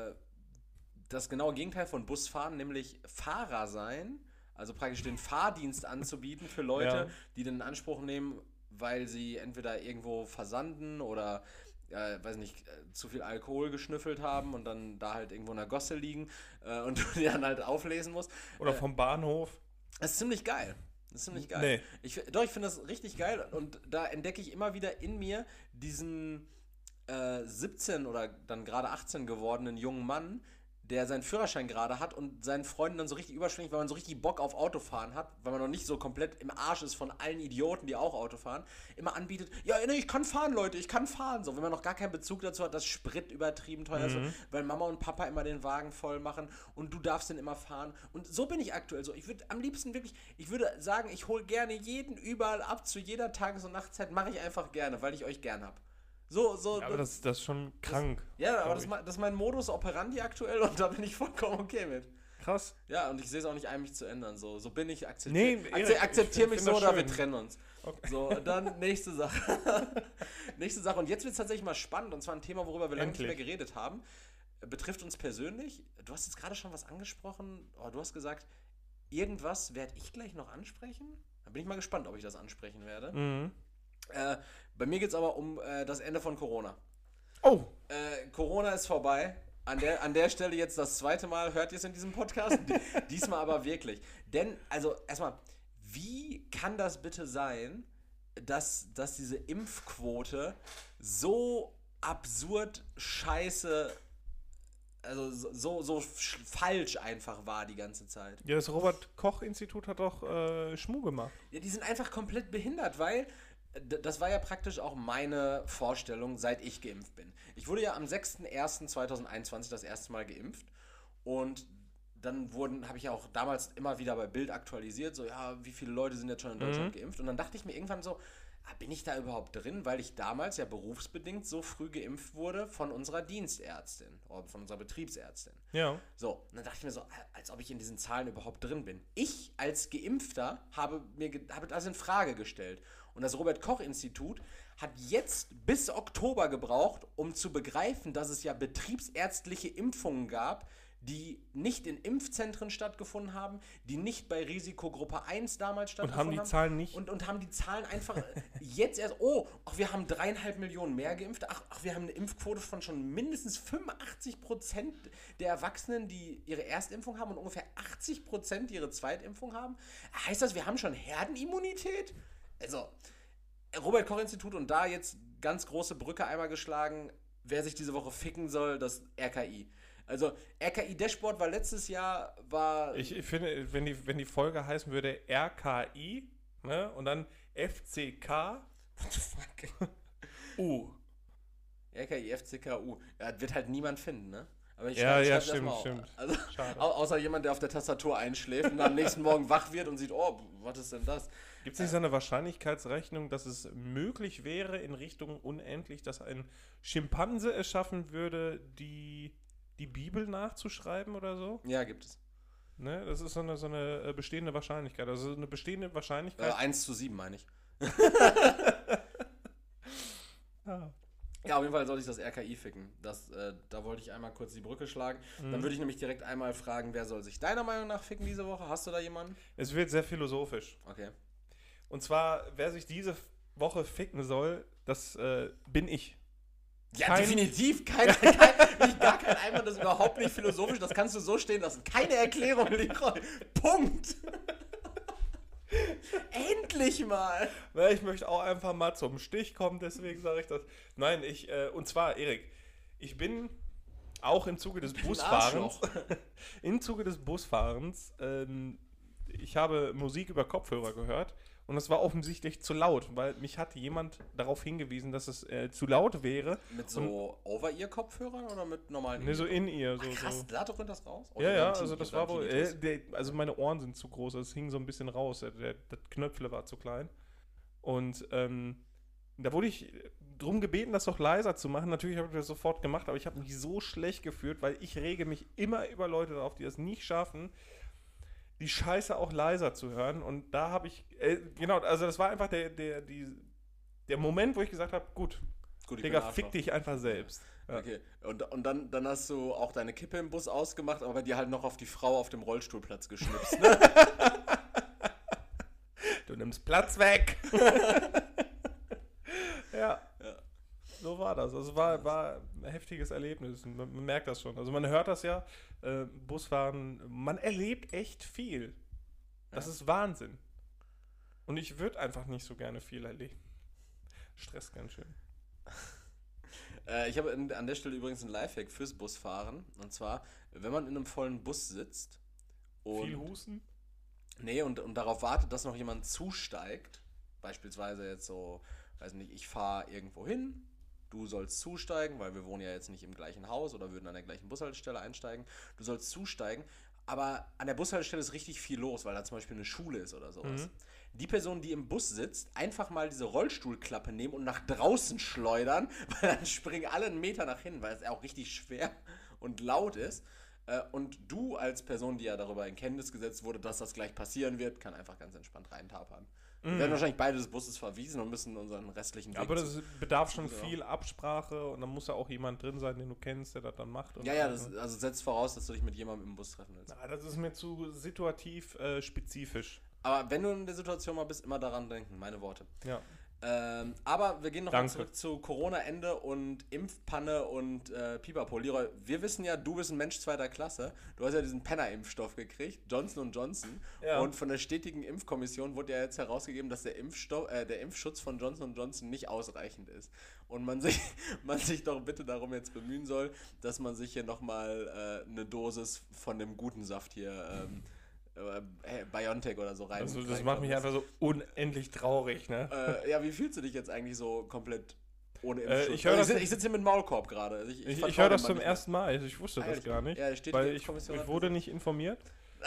das genaue Gegenteil von Busfahren, nämlich Fahrer sein, also praktisch den Fahrdienst anzubieten für Leute, die den in Anspruch nehmen, weil sie entweder irgendwo versanden oder, weiß nicht, zu viel Alkohol geschnüffelt haben und dann da halt irgendwo in der Gosse liegen und du die dann halt auflesen musst. Oder vom Bahnhof. Das ist ziemlich geil. Nee. Ich finde das richtig geil und da entdecke ich immer wieder in mir diesen 17 oder dann gerade 18 gewordenen jungen Mann, der seinen Führerschein gerade hat und seinen Freunden dann so richtig überschwingt, weil man so richtig Bock auf Autofahren hat, weil man noch nicht so komplett im Arsch ist von allen Idioten, die auch Auto fahren, immer anbietet, ja, nee, ich kann fahren, Leute, ich kann fahren. So, wenn man noch gar keinen Bezug dazu hat, dass Sprit übertrieben teuer ist, weil Mama und Papa immer den Wagen voll machen und du darfst den immer fahren. Und so bin ich aktuell so. Ich würde am liebsten wirklich, ich würde sagen, ich hole gerne jeden überall ab, zu jeder Tages- und Nachtzeit, mache ich einfach gerne, weil ich euch gern habe. So, ja, aber das ist schon krank. Aber das ist mein Modus operandi aktuell und da bin ich vollkommen okay mit. Krass. Ja, und ich sehe es auch nicht ein, mich zu ändern. So bin ich, akzeptiere mich so oder schön. wir trennen uns. Okay. So, dann nächste Sache. Nächste Sache. Und jetzt wird es tatsächlich mal spannend und zwar ein Thema, worüber wir lange nicht mehr geredet haben. Betrifft uns persönlich. Du hast jetzt gerade schon was angesprochen. Du hast gesagt, irgendwas werde ich gleich noch ansprechen. Da bin ich mal gespannt, ob ich das ansprechen werde. Mhm. Bei mir geht es aber um das Ende von Corona. Oh! Corona ist vorbei. An der Stelle jetzt das zweite Mal hört ihr es in diesem Podcast. Diesmal aber wirklich. Denn, also erstmal, wie kann das bitte sein, dass diese Impfquote so absurd scheiße, also so falsch einfach war die ganze Zeit? Ja, das Robert-Koch-Institut hat doch Schmuh gemacht. Ja, die sind einfach komplett behindert, weil das war ja praktisch auch meine Vorstellung, seit ich geimpft bin. Ich wurde ja am 6.01.2021 das erste Mal geimpft und dann habe ich ja auch damals immer wieder bei Bild aktualisiert, so ja, wie viele Leute sind jetzt schon in Deutschland geimpft? Und dann dachte ich mir irgendwann so, bin ich da überhaupt drin? Weil ich damals ja berufsbedingt so früh geimpft wurde von unserer Dienstärztin oder von unserer Betriebsärztin. Ja. So, und dann dachte ich mir so, als ob ich in diesen Zahlen überhaupt drin bin. Ich als Geimpfter habe das in Frage gestellt. Und das Robert-Koch-Institut hat jetzt bis Oktober gebraucht, um zu begreifen, dass es ja betriebsärztliche Impfungen gab, die nicht in Impfzentren stattgefunden haben, die nicht bei Risikogruppe 1 damals stattgefunden haben. Und haben die Zahlen nicht? Und haben die Zahlen einfach jetzt erst, wir haben 3,5 Millionen mehr geimpft, wir haben eine Impfquote von schon mindestens 85% der Erwachsenen, die ihre Erstimpfung haben und ungefähr 80%, die ihre Zweitimpfung haben. Heißt das, wir haben schon Herdenimmunität? Also, Robert-Koch-Institut und da jetzt ganz große Brücke einmal geschlagen, wer sich diese Woche ficken soll, das RKI. Also, RKI-Dashboard war letztes Jahr, Ich finde, wenn die Folge heißen würde RKI, ne, und dann FCK, what the fuck? RKI, FCK, Ja, das wird halt niemand finden, ne? Aber ich schreib's stimmt. Also, schade. außer jemand, der auf der Tastatur einschläft und dann am nächsten Morgen wach wird und sieht, was ist denn das? Gibt es nicht so eine Wahrscheinlichkeitsrechnung, dass es möglich wäre, in Richtung unendlich, dass ein Schimpanse es schaffen würde, die Bibel nachzuschreiben oder so? Ja, gibt es. Ne? Das ist so eine bestehende Wahrscheinlichkeit. Also eine bestehende Wahrscheinlichkeit. 1:7 meine ich. Ah. Ja, auf jeden Fall soll ich das RKI ficken. Da wollte ich einmal kurz die Brücke schlagen. Dann würde ich nämlich direkt einmal fragen, wer soll sich deiner Meinung nach ficken diese Woche? Hast du da jemanden? Es wird sehr philosophisch. Okay. Und zwar, wer sich diese Woche ficken soll, das bin ich. Ja, definitiv. Gar kein Einwand, das ist überhaupt nicht philosophisch. Das kannst du so stehen lassen. Keine Erklärung, Leroy. Punkt. Endlich mal. Na, ich möchte auch einfach mal zum Stich kommen, deswegen sage ich das. Nein, und zwar, Erik, ich bin auch im Zuge des Busfahrens, ich habe Musik über Kopfhörer gehört und das war offensichtlich zu laut, weil mich hat jemand darauf hingewiesen, dass es zu laut wäre. Mit so Over-Ear-Kopfhörern oder mit normalen? Ne, so In-Ear. So, krass, da drückt das raus? Ja, also das war wohl, also meine Ohren sind zu groß, es hing so ein bisschen raus, das Knöpfle war zu klein. Und da wurde ich drum gebeten, das doch leiser zu machen. Natürlich habe ich das sofort gemacht, aber ich habe mich so schlecht gefühlt, weil ich rege mich immer über Leute drauf, die das nicht schaffen, die Scheiße auch leiser zu hören. Und da habe ich, also das war einfach der Moment, wo ich gesagt habe, gut Digga, fick dich einfach selbst. Ja. Okay, und dann hast du auch deine Kippe im Bus ausgemacht, aber dir halt noch auf die Frau auf dem Rollstuhlplatz geschnipst, ne? Du nimmst Platz weg! Ja. So war das. Also war ein heftiges Erlebnis. Man merkt das schon. Also man hört das ja, Busfahren, man erlebt echt viel. Das ist Wahnsinn. Und ich würde einfach nicht so gerne viel erleben. Stress ganz schön. Ich habe an der Stelle übrigens einen Lifehack fürs Busfahren. Und zwar, wenn man in einem vollen Bus sitzt und... Viel husten? Nee, und darauf wartet, dass noch jemand zusteigt. Beispielsweise jetzt so, weiß nicht, ich fahre irgendwo hin, du sollst zusteigen, weil wir wohnen ja jetzt nicht im gleichen Haus oder würden an der gleichen Bushaltestelle einsteigen. Du sollst zusteigen, aber an der Bushaltestelle ist richtig viel los, weil da zum Beispiel eine Schule ist oder sowas. Mhm. Die Person, die im Bus sitzt, einfach mal diese Rollstuhlklappe nehmen und nach draußen schleudern, weil dann springen alle einen Meter nach hinten, weil es auch richtig schwer und laut ist. Und du als Person, die ja darüber in Kenntnis gesetzt wurde, dass das gleich passieren wird, kann einfach ganz entspannt reintapern. Wir werden wahrscheinlich beide des Busses verwiesen und müssen unseren restlichen Weg. Aber das bedarf schon viel Absprache und dann muss ja auch jemand drin sein, den du kennst, der das dann macht. Ja, also setzt voraus, dass du dich mit jemandem im Bus treffen willst. Na, das ist mir zu situativ spezifisch. Aber wenn du in der Situation mal bist, immer daran denken, meine Worte. Ja. Aber wir gehen nochmal Danke. zurück zu Corona-Ende und Impfpanne und Pipapo. Leroy, wir wissen ja, du bist ein Mensch zweiter Klasse. Du hast ja diesen Penner-Impfstoff gekriegt, Johnson & Johnson. Ja. Und von der stetigen Impfkommission wurde ja jetzt herausgegeben, dass der Impfschutz von Johnson & Johnson nicht ausreichend ist. Und man sich doch bitte darum jetzt bemühen soll, dass man sich hier nochmal eine Dosis von dem guten Saft hier BioNTech oder so rein. Also das macht mich einfach so unendlich traurig, ne? Ja, wie fühlst du dich jetzt eigentlich so komplett ohne Impfschutz? Ich sitze hier mit Maulkorb gerade. Also Ich höre das zum ersten Mal. Ich wusste das gar nicht. Ja, steht weil ich wurde nicht informiert.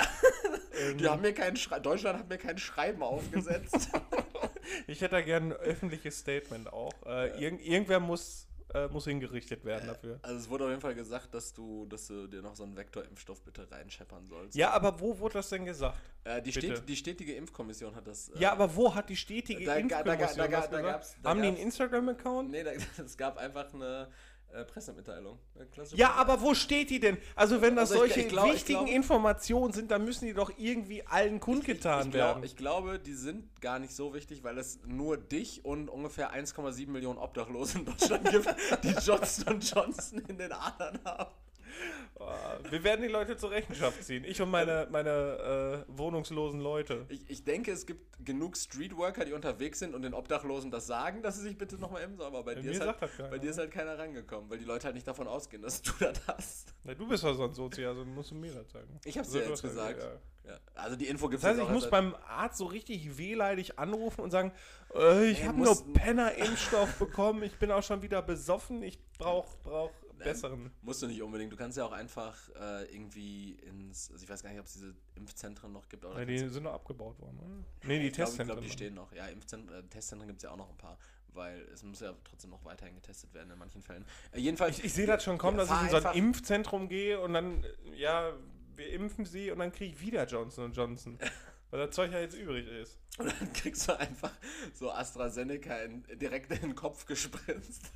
Deutschland hat mir kein Schreiben aufgesetzt. Ich hätte da gerne ein öffentliches Statement auch. Irgendwer muss hingerichtet werden dafür. Also es wurde auf jeden Fall gesagt, dass du dir noch so einen Vektorimpfstoff bitte reinscheppern sollst. Ja, aber wo wurde das denn gesagt? Die stetige Impfkommission hat das... ja, aber wo hat die stetige Impfkommission das gesagt? Haben die einen Instagram-Account? Nee, es gab einfach eine Pressemitteilung. Ja, aber wo steht die denn? Also wenn das solche ich glaube- wichtigen Informationen sind, dann müssen die doch irgendwie allen kundgetan werden. Ich glaube, die sind gar nicht so wichtig, weil es nur dich und ungefähr 1,7 Millionen Obdachlose in Deutschland gibt, die Johnson & Johnson in den Adern haben. Wir werden die Leute zur Rechenschaft ziehen. Ich und meine wohnungslosen Leute. Ich denke, es gibt genug Streetworker, die unterwegs sind und den Obdachlosen das sagen, dass sie sich bitte nochmal impfen sollen. Aber bei dir ist halt keiner rangekommen, weil die Leute halt nicht davon ausgehen, dass du das hast. Na, du bist doch sonst Sozi, also musst du mir das sagen. Ich hab's dir jetzt gesagt. Ja. Also die Info gibt's Das heißt, jetzt ich auch muss beim Arzt so richtig wehleidig anrufen und sagen, ich habe muss- nur Penner-Impfstoff bekommen, ich bin auch schon wieder besoffen, ich brauch besseren. Musst du nicht unbedingt. Du kannst ja auch einfach irgendwie also ich weiß gar nicht, ob es diese Impfzentren noch gibt. Oder Ja, die sind noch abgebaut worden, oder? Nee, die ich glaube, Testzentren. die stehen noch. Ja, Testzentren gibt es ja auch noch ein paar, weil es muss ja trotzdem noch weiterhin getestet werden in manchen Fällen. Jedenfalls. Ich sehe das schon kommen, dass ich in so ein einfach- Impfzentrum gehe und dann, wir impfen sie und dann kriege ich wieder Johnson & Johnson. Weil das Zeug ja jetzt übrig ist. Und dann kriegst du einfach so AstraZeneca direkt in den Kopf gespritzt.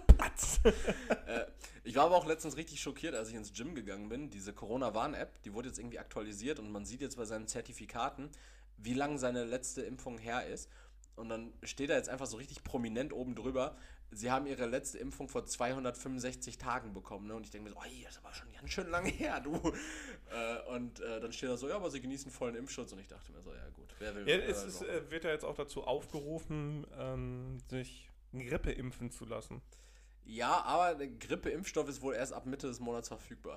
Ich war aber auch letztens richtig schockiert, als ich ins Gym gegangen bin. Diese Corona-Warn-App, die wurde jetzt irgendwie aktualisiert und man sieht jetzt bei seinen Zertifikaten, wie lang seine letzte Impfung her ist. Und dann steht da jetzt einfach so richtig prominent oben drüber, sie haben ihre letzte Impfung vor 265 Tagen bekommen. Ne? Und ich denke mir so, das ist aber schon ganz schön lange her, du. Dann steht da so, ja, aber sie genießen vollen Impfschutz. Und ich dachte mir so, ja gut, wer will. Ja, wird ja jetzt auch dazu aufgerufen, sich Grippe impfen zu lassen. Ja, aber der Grippeimpfstoff ist wohl erst ab Mitte des Monats verfügbar.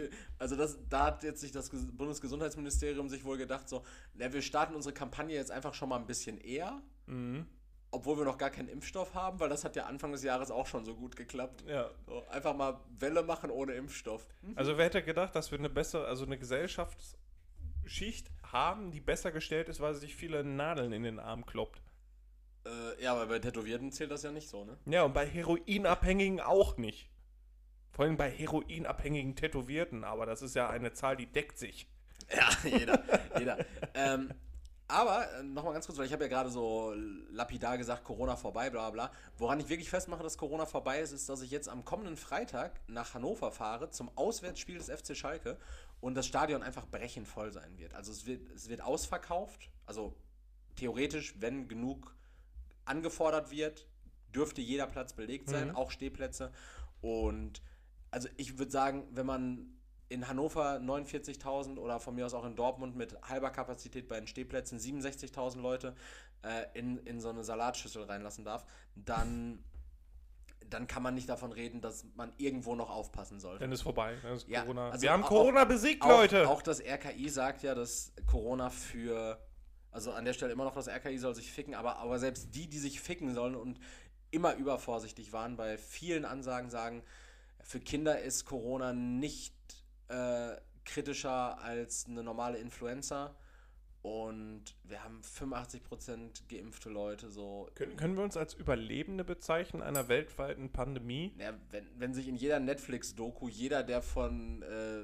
Da hat jetzt sich das Bundesgesundheitsministerium sich wohl gedacht, so, wir starten unsere Kampagne jetzt einfach schon mal ein bisschen eher, obwohl wir noch gar keinen Impfstoff haben, weil das hat ja Anfang des Jahres auch schon so gut geklappt. Ja. So, einfach mal Welle machen ohne Impfstoff. Also wer hätte gedacht, dass wir eine Gesellschaftsschicht haben, die besser gestellt ist, weil sie sich viele Nadeln in den Arm kloppt. Ja, aber bei Tätowierten zählt das ja nicht so, ne? Ja, und bei Heroinabhängigen auch nicht. Vor allem bei heroinabhängigen Tätowierten, aber das ist ja eine Zahl, die deckt sich. Ja, jeder. Aber nochmal ganz kurz, weil ich habe ja gerade so lapidar gesagt, Corona vorbei, bla bla. Woran ich wirklich festmache, dass Corona vorbei ist, ist, dass ich jetzt am kommenden Freitag nach Hannover fahre zum Auswärtsspiel des FC Schalke und das Stadion einfach brechend voll sein wird. Also es wird ausverkauft, also theoretisch, wenn genug angefordert wird, dürfte jeder Platz belegt sein, auch Stehplätze. Und also ich würde sagen, wenn man in Hannover 49.000 oder von mir aus auch in Dortmund mit halber Kapazität bei den Stehplätzen 67.000 Leute in so eine Salatschüssel reinlassen darf, dann kann man nicht davon reden, dass man irgendwo noch aufpassen sollte. Dann ist vorbei. Dann ist Ja, Corona. also wir haben auch- Corona besiegt, Leute. Auch das RKI sagt ja, dass Corona also an der Stelle immer noch das RKI soll sich ficken, aber selbst die sich ficken sollen und immer übervorsichtig waren, bei vielen Ansagen sagen, für Kinder ist Corona nicht kritischer als eine normale Influenza und wir haben 85% geimpfte Leute. So. Können wir uns als Überlebende bezeichnen einer weltweiten Pandemie? Ja, wenn sich in jeder Netflix-Doku jeder, der von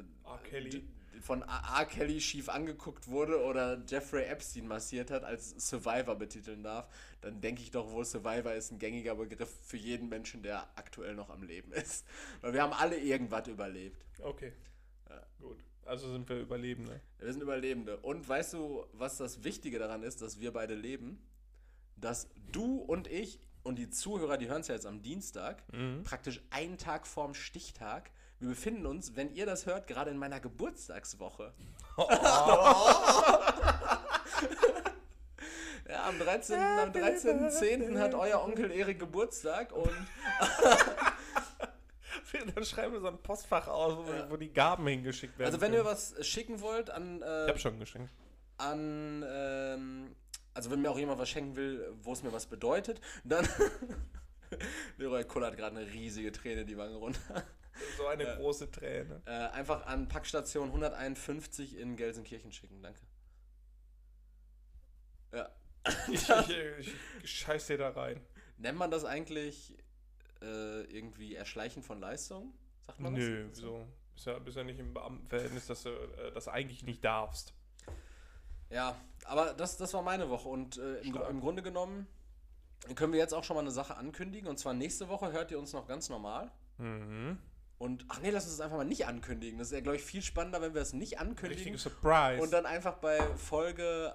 R. Kelly schief angeguckt wurde oder Jeffrey Epstein massiert hat, als Survivor betiteln darf, dann denke ich doch wohl, Survivor ist ein gängiger Begriff für jeden Menschen, der aktuell noch am Leben ist. Weil wir haben alle irgendwas überlebt. Okay. Ja. Gut. Also sind wir Überlebende. Wir sind Überlebende. Und weißt du, was das Wichtige daran ist, dass wir beide leben? dass du und ich und die Zuhörer, die hören es ja jetzt am Dienstag, praktisch einen Tag vorm Stichtag. Wir befinden uns, wenn ihr das hört, gerade in meiner Geburtstagswoche. Ja, am 13.10. hat euer Onkel Erik Geburtstag und Dann schreiben wir so ein Postfach aus, wo die Gaben hingeschickt werden. also wenn ihr was schicken wollt an ich hab schon geschenkt. also wenn mir auch jemand was schenken will, wo es mir was bedeutet, dann Leroy kullert gerade eine riesige Träne die Wange runter. So eine große Träne. Einfach an Packstation 151 in Gelsenkirchen schicken, danke. Ja. Ich scheiß dir da rein. Nennt man das eigentlich irgendwie Erschleichen von Leistung? Sagt man das? Nö, so. Bist ja nicht im Beamtenverhältnis, dass du das eigentlich nicht darfst. Ja, aber das war meine Woche und im Grunde genommen können wir jetzt auch schon mal eine Sache ankündigen und zwar nächste Woche hört ihr uns noch ganz normal. Und, ach nee, lass uns das einfach mal nicht ankündigen. Das ist ja, glaube ich, viel spannender, wenn wir es nicht ankündigen. Richtige Surprise. Und dann einfach bei Folge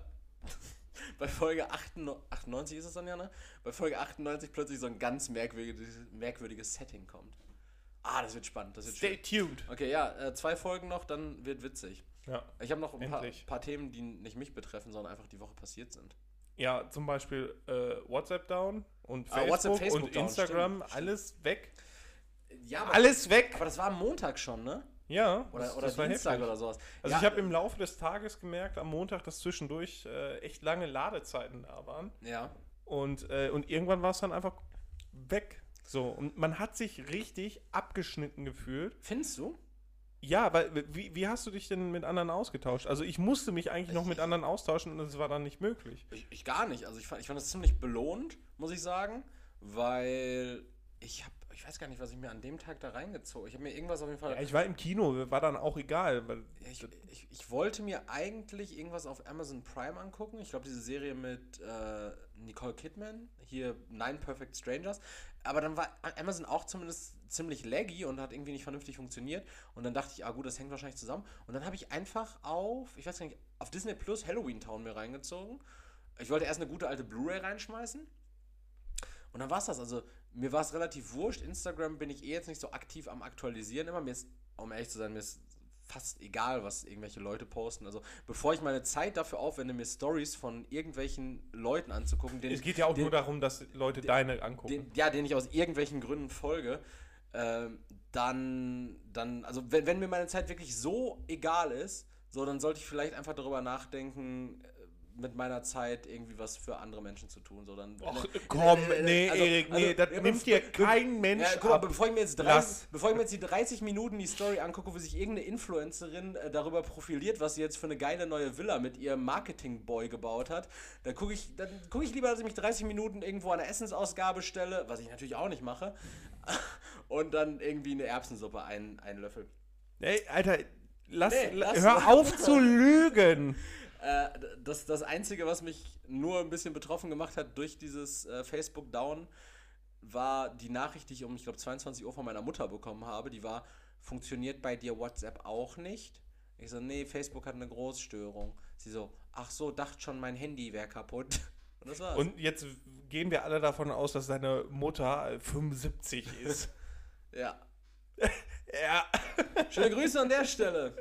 98 ist es dann ja, ne? Bei Folge 98 plötzlich so ein ganz merkwürdiges Setting kommt. Ah, das wird spannend. Das wird Stay tuned. Okay, ja, 2 Folgen noch, dann wird witzig. Ja. Ich habe noch ein Endlich. paar Themen, die nicht mich betreffen, sondern einfach die Woche passiert sind. Ja, zum Beispiel WhatsApp down und Facebook und down, Instagram, stimmt. alles weg. Ja, Alles weg! aber das war am Montag schon, ne? Ja, Oder das war Dienstag heftig. oder sowas. Also ja, ich habe im Laufe des Tages gemerkt, am Montag, dass zwischendurch echt lange Ladezeiten da waren. Ja. Und irgendwann war es dann einfach weg. So, und man hat sich richtig abgeschnitten gefühlt. Findest du? Ja, weil wie hast du dich denn mit anderen ausgetauscht? Also ich musste mich eigentlich noch mit anderen austauschen und das war dann nicht möglich. Ich gar nicht. Also ich fand das ziemlich belohnt, muss ich sagen, weil ich weiß gar nicht, was ich mir an dem Tag da reingezogen. Ich habe mir irgendwas auf jeden Fall. Ja, ich war im Kino, war dann auch egal. Weil Ich wollte mir eigentlich irgendwas auf Amazon Prime angucken. Ich glaube, diese Serie mit Nicole Kidman, hier 9 Perfect Strangers. Aber dann war Amazon auch zumindest ziemlich laggy und hat irgendwie nicht vernünftig funktioniert. Und dann dachte ich, gut, das hängt wahrscheinlich zusammen. Und dann habe ich einfach auf Disney Plus Halloween Town mir reingezogen. Ich wollte erst eine gute alte Blu-ray reinschmeißen. Und dann war es das. Also mir war es relativ wurscht. Instagram bin ich jetzt nicht so aktiv am Aktualisieren immer. Mir ist, um ehrlich zu sein, mir ist fast egal, was irgendwelche Leute posten. Also bevor ich meine Zeit dafür aufwende, mir Stories von irgendwelchen Leuten anzugucken, es geht ja auch nur darum, dass Leute deine angucken. Denen ich aus irgendwelchen Gründen folge, dann also wenn mir meine Zeit wirklich so egal ist, so, dann sollte ich vielleicht einfach darüber nachdenken, mit meiner Zeit irgendwie was für andere Menschen zu tun. So, dann, Och, komm, nee, Erik, nee, das nimmt dir kein Mensch guck mal, ab. bevor ich mir jetzt die 30 Minuten die Story angucke, wo sich irgendeine Influencerin darüber profiliert, was sie jetzt für eine geile neue Villa mit ihrem Marketing-Boy gebaut hat, dann gucke ich lieber, dass ich mich 30 Minuten irgendwo an der Essensausgabe stelle, was ich natürlich auch nicht mache, und dann irgendwie eine Erbsensuppe einlöffel. Ey, Alter, hör auf zu lügen. Das Einzige, was mich nur ein bisschen betroffen gemacht hat durch dieses Facebook Down, war die Nachricht, die ich ich glaube 22 Uhr von meiner Mutter bekommen habe. Die war, funktioniert bei dir WhatsApp auch nicht? Ich so, nee, Facebook hat eine Großstörung. Sie so, ach so, dachte schon, mein Handy wäre kaputt. Und das war's. Und jetzt gehen wir alle davon aus, dass deine Mutter 75 ist. Ja. Ja. Schöne Grüße an der Stelle.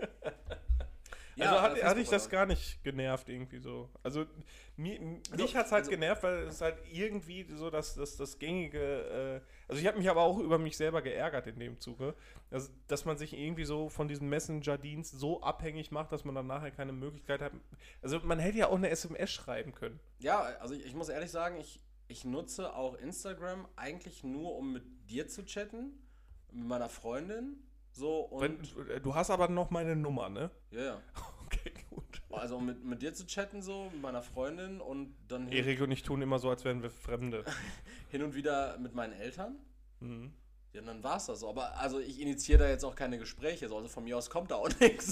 Also hat dich das gar nicht genervt irgendwie so. Also mich hat es halt genervt, weil es halt irgendwie so das gängige, also ich habe mich aber auch über mich selber geärgert in dem Zuge, dass man sich irgendwie so von diesem Messenger-Dienst so abhängig macht, dass man dann nachher keine Möglichkeit hat. Also man hätte ja auch eine SMS schreiben können. Ja, also ich muss ehrlich sagen, ich nutze auch Instagram eigentlich nur, um mit dir zu chatten, mit meiner Freundin. So, und du hast aber noch meine Nummer, ne? Ja. Okay, gut. Also mit dir zu chatten so, mit meiner Freundin und dann Erik und ich tun immer so, als wären wir Fremde. hin und wieder mit meinen Eltern. Mhm. Ja, dann war's das so. Aber also ich initiiere da jetzt auch keine Gespräche, so. Also von mir aus kommt da auch nichts.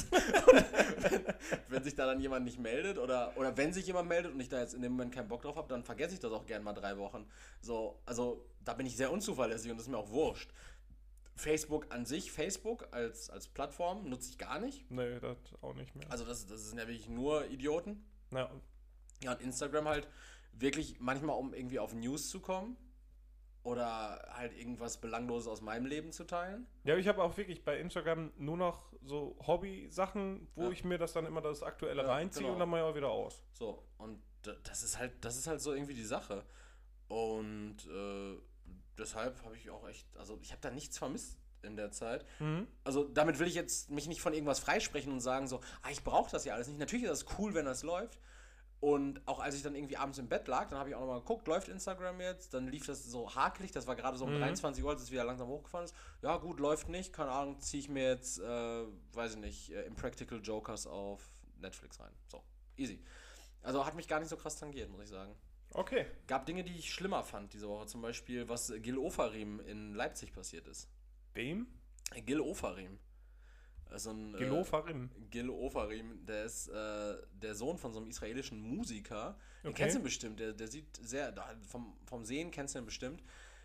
Wenn sich da dann jemand nicht meldet oder wenn sich jemand meldet und ich da jetzt in dem Moment keinen Bock drauf habe, dann vergesse ich das auch gern mal 3 Wochen. So, also da bin ich sehr unzuverlässig und das ist mir auch wurscht. Facebook an sich, Facebook als Plattform nutze ich gar nicht. Nee, das auch nicht mehr. Also das sind ja wirklich nur Idioten. Ja. Ja, und Instagram halt wirklich manchmal, um irgendwie auf News zu kommen oder halt irgendwas Belangloses aus meinem Leben zu teilen. Ja, ich habe auch wirklich bei Instagram nur noch so Hobby-Sachen, wo ich mir das dann immer das Aktuelle reinziehe genau. und dann mal ja wieder aus. So, und das ist halt so irgendwie die Sache. Und deshalb habe ich auch echt, also ich habe da nichts vermisst in der Zeit. Also damit will ich jetzt mich nicht von irgendwas freisprechen und sagen so, ich brauche das ja alles nicht. Natürlich ist das cool, wenn das läuft. Und auch als ich dann irgendwie abends im Bett lag, dann habe ich auch nochmal geguckt, läuft Instagram jetzt? Dann lief das so hakelig, das war gerade so um 23 Uhr, als es wieder langsam hochgefahren ist. Ja gut, läuft nicht, keine Ahnung, ziehe ich mir jetzt, weiß ich nicht, Impractical Jokers auf Netflix rein. So, easy. Also hat mich gar nicht so krass tangiert, muss ich sagen. Okay. Gab Dinge, die ich schlimmer fand diese Woche, zum Beispiel, was Gil Ofarim in Leipzig passiert ist. Wem? Gil Ofarim. Also Gil Ofarim. Gil Ofarim, der ist der Sohn von so einem israelischen Musiker. Den Okay. kennst du ihn bestimmt, der sieht sehr, vom Sehen kennst du ihn bestimmt.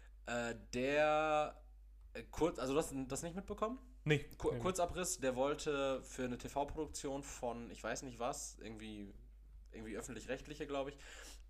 Der kurz, also du hast das nicht mitbekommen? Nee. Kurzabriss, der wollte für eine TV-Produktion von, ich weiß nicht was, irgendwie öffentlich-rechtliche, glaube ich,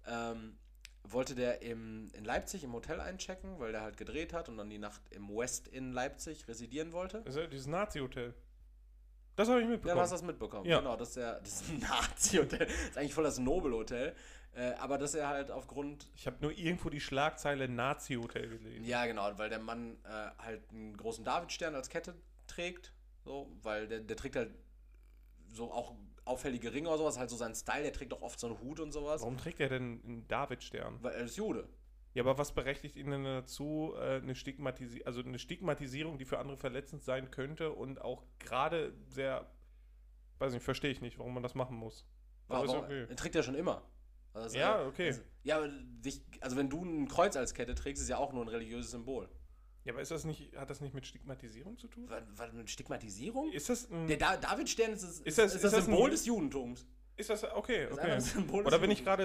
wollte der in Leipzig im Hotel einchecken, weil der halt gedreht hat und dann die Nacht im West in Leipzig residieren wollte. Das ist ja dieses Nazi-Hotel. Das habe ich mitbekommen. Ja, du hast das mitbekommen. Ja. Genau, das ist ein Nazi-Hotel. Das ist eigentlich voll das Nobel-Hotel. Aber dass er halt aufgrund... Ich habe nur irgendwo die Schlagzeile Nazi-Hotel gelesen. Ja, genau, weil der Mann halt einen großen Davidstern als Kette trägt. So, weil der trägt halt so auch auffällige Ringe oder sowas, halt so sein Style. Der trägt auch oft so einen Hut und sowas. Warum trägt er denn einen Davidstern? Weil er ist Jude. Ja, aber was berechtigt ihn denn dazu, eine Stigmatisierung, die für andere verletzend sein könnte und auch gerade sehr, weiß nicht, verstehe ich nicht, warum man das machen muss. Aber ist okay. Er trägt ja schon immer. Also, Ja, okay. Also wenn du ein Kreuz als Kette trägst, ist ja auch nur ein religiöses Symbol. Ja, aber hat das nicht mit Stigmatisierung zu tun? Was mit Stigmatisierung? Ist das ein, Der Davidstern ist Ist das Symbol ein- des Judentums. ist das, okay, Das ist einfach ein Symbol des Oder bin ich Judentums. gerade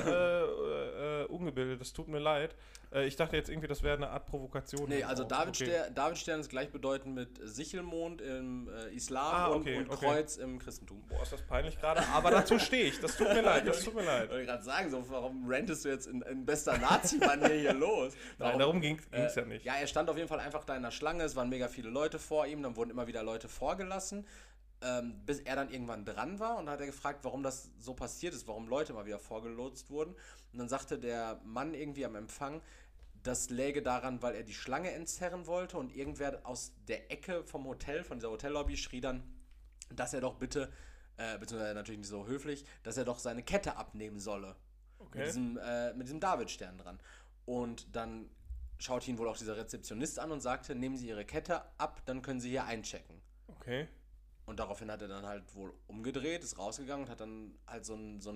sehr ungebildet, das tut mir leid. Ich dachte jetzt irgendwie, das wäre eine Art Provokation. Nee, also Okay. Davidstern ist gleichbedeutend mit Sichelmond im Islam und okay. Kreuz im Christentum. Boah, ist das peinlich gerade, aber dazu stehe ich. Das tut mir leid, Ich wollte gerade sagen, so, warum rantest du jetzt in bester Nazi-Manier hier los? Nein, darum ging es ja nicht. Ja, er stand auf jeden Fall einfach da in der Schlange, es waren mega viele Leute vor ihm, dann wurden immer wieder Leute vorgelassen, bis er dann irgendwann dran war und dann hat er gefragt, warum das so passiert ist, warum Leute immer wieder vorgelotst wurden. Und dann sagte der Mann irgendwie am Empfang, das läge daran, weil er die Schlange entzerren wollte und irgendwer aus der Ecke vom Hotel, von dieser Hotellobby, schrie dann, dass er doch bitte, beziehungsweise natürlich nicht so höflich, dass er doch seine Kette abnehmen solle. Okay. Mit diesem Davidstern dran. Und dann schaute ihn wohl auch dieser Rezeptionist an und sagte, nehmen Sie Ihre Kette ab, dann können Sie hier einchecken. Okay. Und daraufhin hat er dann halt wohl umgedreht, ist rausgegangen und hat dann halt so einen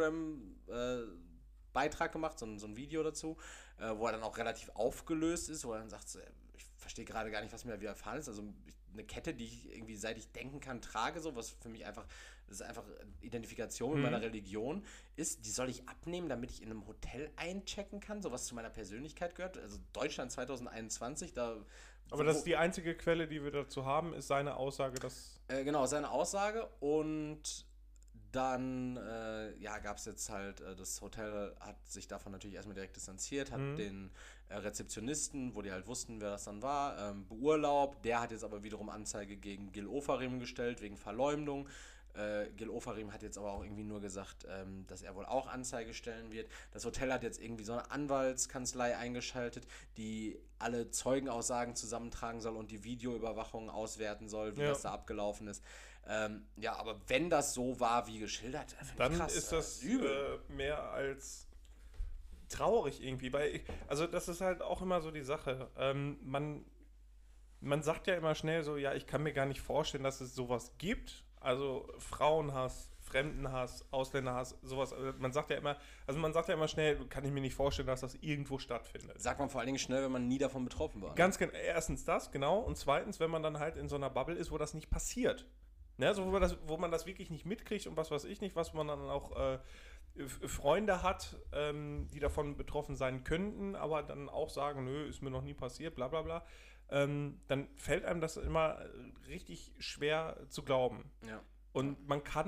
Instagram-Beitrag gemacht, so ein Video dazu, wo er dann auch relativ aufgelöst ist, wo er dann sagt, so, ich verstehe gerade gar nicht, was mir widerfahren ist. Also eine Kette, die ich irgendwie, seit ich denken kann, trage, so, was für mich einfach, das ist einfach Identifikation mit meiner Religion ist, die soll ich abnehmen, damit ich in einem Hotel einchecken kann, so was zu meiner Persönlichkeit gehört. Also Deutschland 2021, da... Aber das ist die einzige Quelle, die wir dazu haben, ist seine Aussage, dass... Genau, seine Aussage. Und dann gab es jetzt halt, das Hotel hat sich davon natürlich erstmal direkt distanziert, hat den Rezeptionisten, wo die halt wussten, wer das dann war, beurlaubt. Der hat jetzt aber wiederum Anzeige gegen Gil Ofarim gestellt, wegen Verleumdung. Gil Ofarim hat jetzt aber auch irgendwie nur gesagt, dass er wohl auch Anzeige stellen wird. Das Hotel hat jetzt irgendwie so eine Anwaltskanzlei eingeschaltet, die alle Zeugenaussagen zusammentragen soll und die Videoüberwachung auswerten soll, wie das da abgelaufen ist. Aber wenn das so war, wie geschildert, Dann krass, ist das übel. mehr als traurig irgendwie, weil also das ist halt auch immer so die Sache. Man sagt ja immer schnell so, ja, ich kann mir gar nicht vorstellen, dass es sowas gibt. Also Frauenhass, Fremdenhass, Ausländerhass, sowas. Man sagt ja immer schnell, kann ich mir nicht vorstellen, dass das irgendwo stattfindet. Sagt man vor allen Dingen schnell, wenn man nie davon betroffen war. Ganz genau. Erstens das, genau. Und zweitens, wenn man dann halt in so einer Bubble ist, wo das nicht passiert. Ne? Also wo man das wirklich nicht mitkriegt und was weiß ich nicht, was man dann auch Freunde hat, die davon betroffen sein könnten, aber dann auch sagen, nö, ist mir noch nie passiert, bla bla bla. Dann fällt einem das immer richtig schwer zu glauben. Ja. Und man kann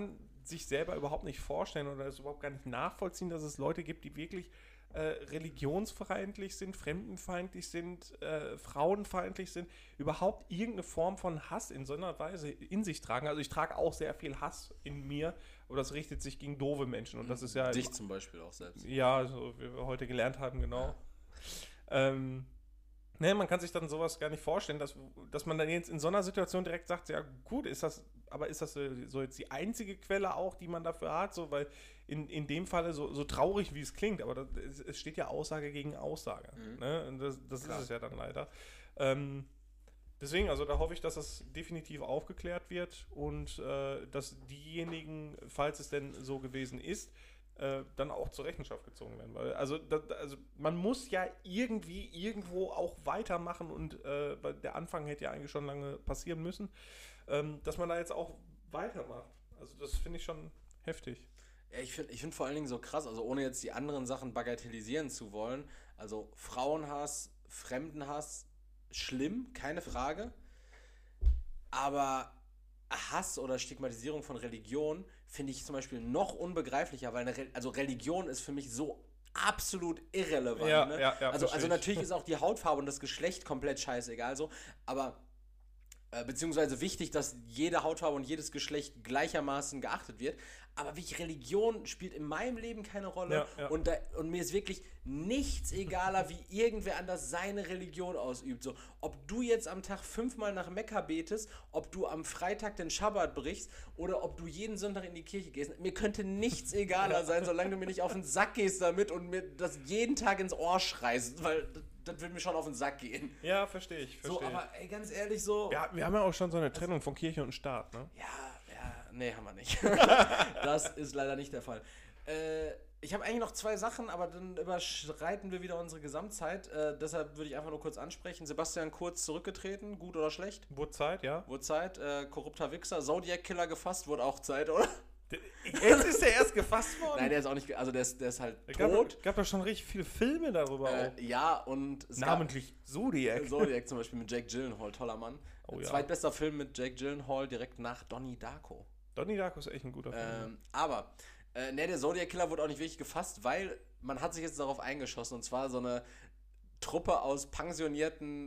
sich selber überhaupt nicht vorstellen oder es überhaupt gar nicht nachvollziehen, dass es Leute gibt, die wirklich religionsfeindlich sind, fremdenfeindlich sind, frauenfeindlich sind, überhaupt irgendeine Form von Hass in so einer Weise in sich tragen. Also ich trage auch sehr viel Hass in mir, aber das richtet sich gegen doofe Menschen und das ist ja... Dich zum Beispiel auch selbst. Ja, so wie wir heute gelernt haben, genau. Ja. Ne, man kann sich dann sowas gar nicht vorstellen, dass man dann jetzt in so einer Situation direkt sagt, ja gut, ist das so jetzt die einzige Quelle auch, die man dafür hat, so, weil in dem Falle so traurig, wie es klingt, aber es steht ja Aussage gegen Aussage. Ne? Und das ist es ja dann leider. Deswegen, also da hoffe ich, dass das definitiv aufgeklärt wird und dass diejenigen, falls es denn so gewesen ist, dann auch zur Rechenschaft gezogen werden. Weil, also man muss ja irgendwie irgendwo auch weitermachen und weil der Anfang hätte ja eigentlich schon lange passieren müssen, dass man da jetzt auch weitermacht. Also das finde ich schon heftig. Ja, ich find vor allen Dingen so krass, also ohne jetzt die anderen Sachen bagatellisieren zu wollen, also Frauenhass, Fremdenhass, schlimm, keine Frage, aber Hass oder Stigmatisierung von Religion finde ich zum Beispiel noch unbegreiflicher, weil Religion ist für mich so absolut irrelevant. Ja, ne? ja, also natürlich ist auch die Hautfarbe und das Geschlecht komplett scheißegal so, aber beziehungsweise wichtig, dass jede Hautfarbe und jedes Geschlecht gleichermaßen geachtet wird. Aber wie Religion spielt in meinem Leben keine Rolle. Ja. Und mir ist wirklich nichts egaler, wie irgendwer anders seine Religion ausübt. So, ob du jetzt am Tag 5-mal nach Mekka betest, ob du am Freitag den Schabbat brichst oder ob du jeden Sonntag in die Kirche gehst. Mir könnte nichts egaler sein, solange du mir nicht auf den Sack gehst damit und mir das jeden Tag ins Ohr schreist, weil das wird mir schon auf den Sack gehen. Ja, verstehe ich. So, aber ey, ganz ehrlich so... Ja, wir haben ja auch schon so eine Trennung von Kirche und Staat, ne? Nee, haben wir nicht. Das ist leider nicht der Fall. Ich habe eigentlich noch 2 Sachen, aber dann überschreiten wir wieder unsere Gesamtzeit. Deshalb würde ich einfach nur kurz ansprechen. Sebastian Kurz zurückgetreten, gut oder schlecht? Wurde Zeit, ja. Wurde Zeit. Korrupter Wichser. Zodiac-Killer gefasst, wurde auch Zeit, oder? Jetzt ist er erst gefasst worden? Nein, der ist auch nicht, also der ist halt tot. Gab doch schon richtig viele Filme darüber auch. Ja, und es namentlich Zodiac. Zodiac zum Beispiel mit Jake Gyllenhaal, toller Mann. Oh, ja. Zweitbester Film mit Jake Gyllenhaal, direkt nach Donnie Darko. Donnie Darko ist echt ein guter Film. Aber, der Zodiac-Killer wurde auch nicht wirklich gefasst, weil man hat sich jetzt darauf eingeschossen, und zwar so eine Truppe aus pensionierten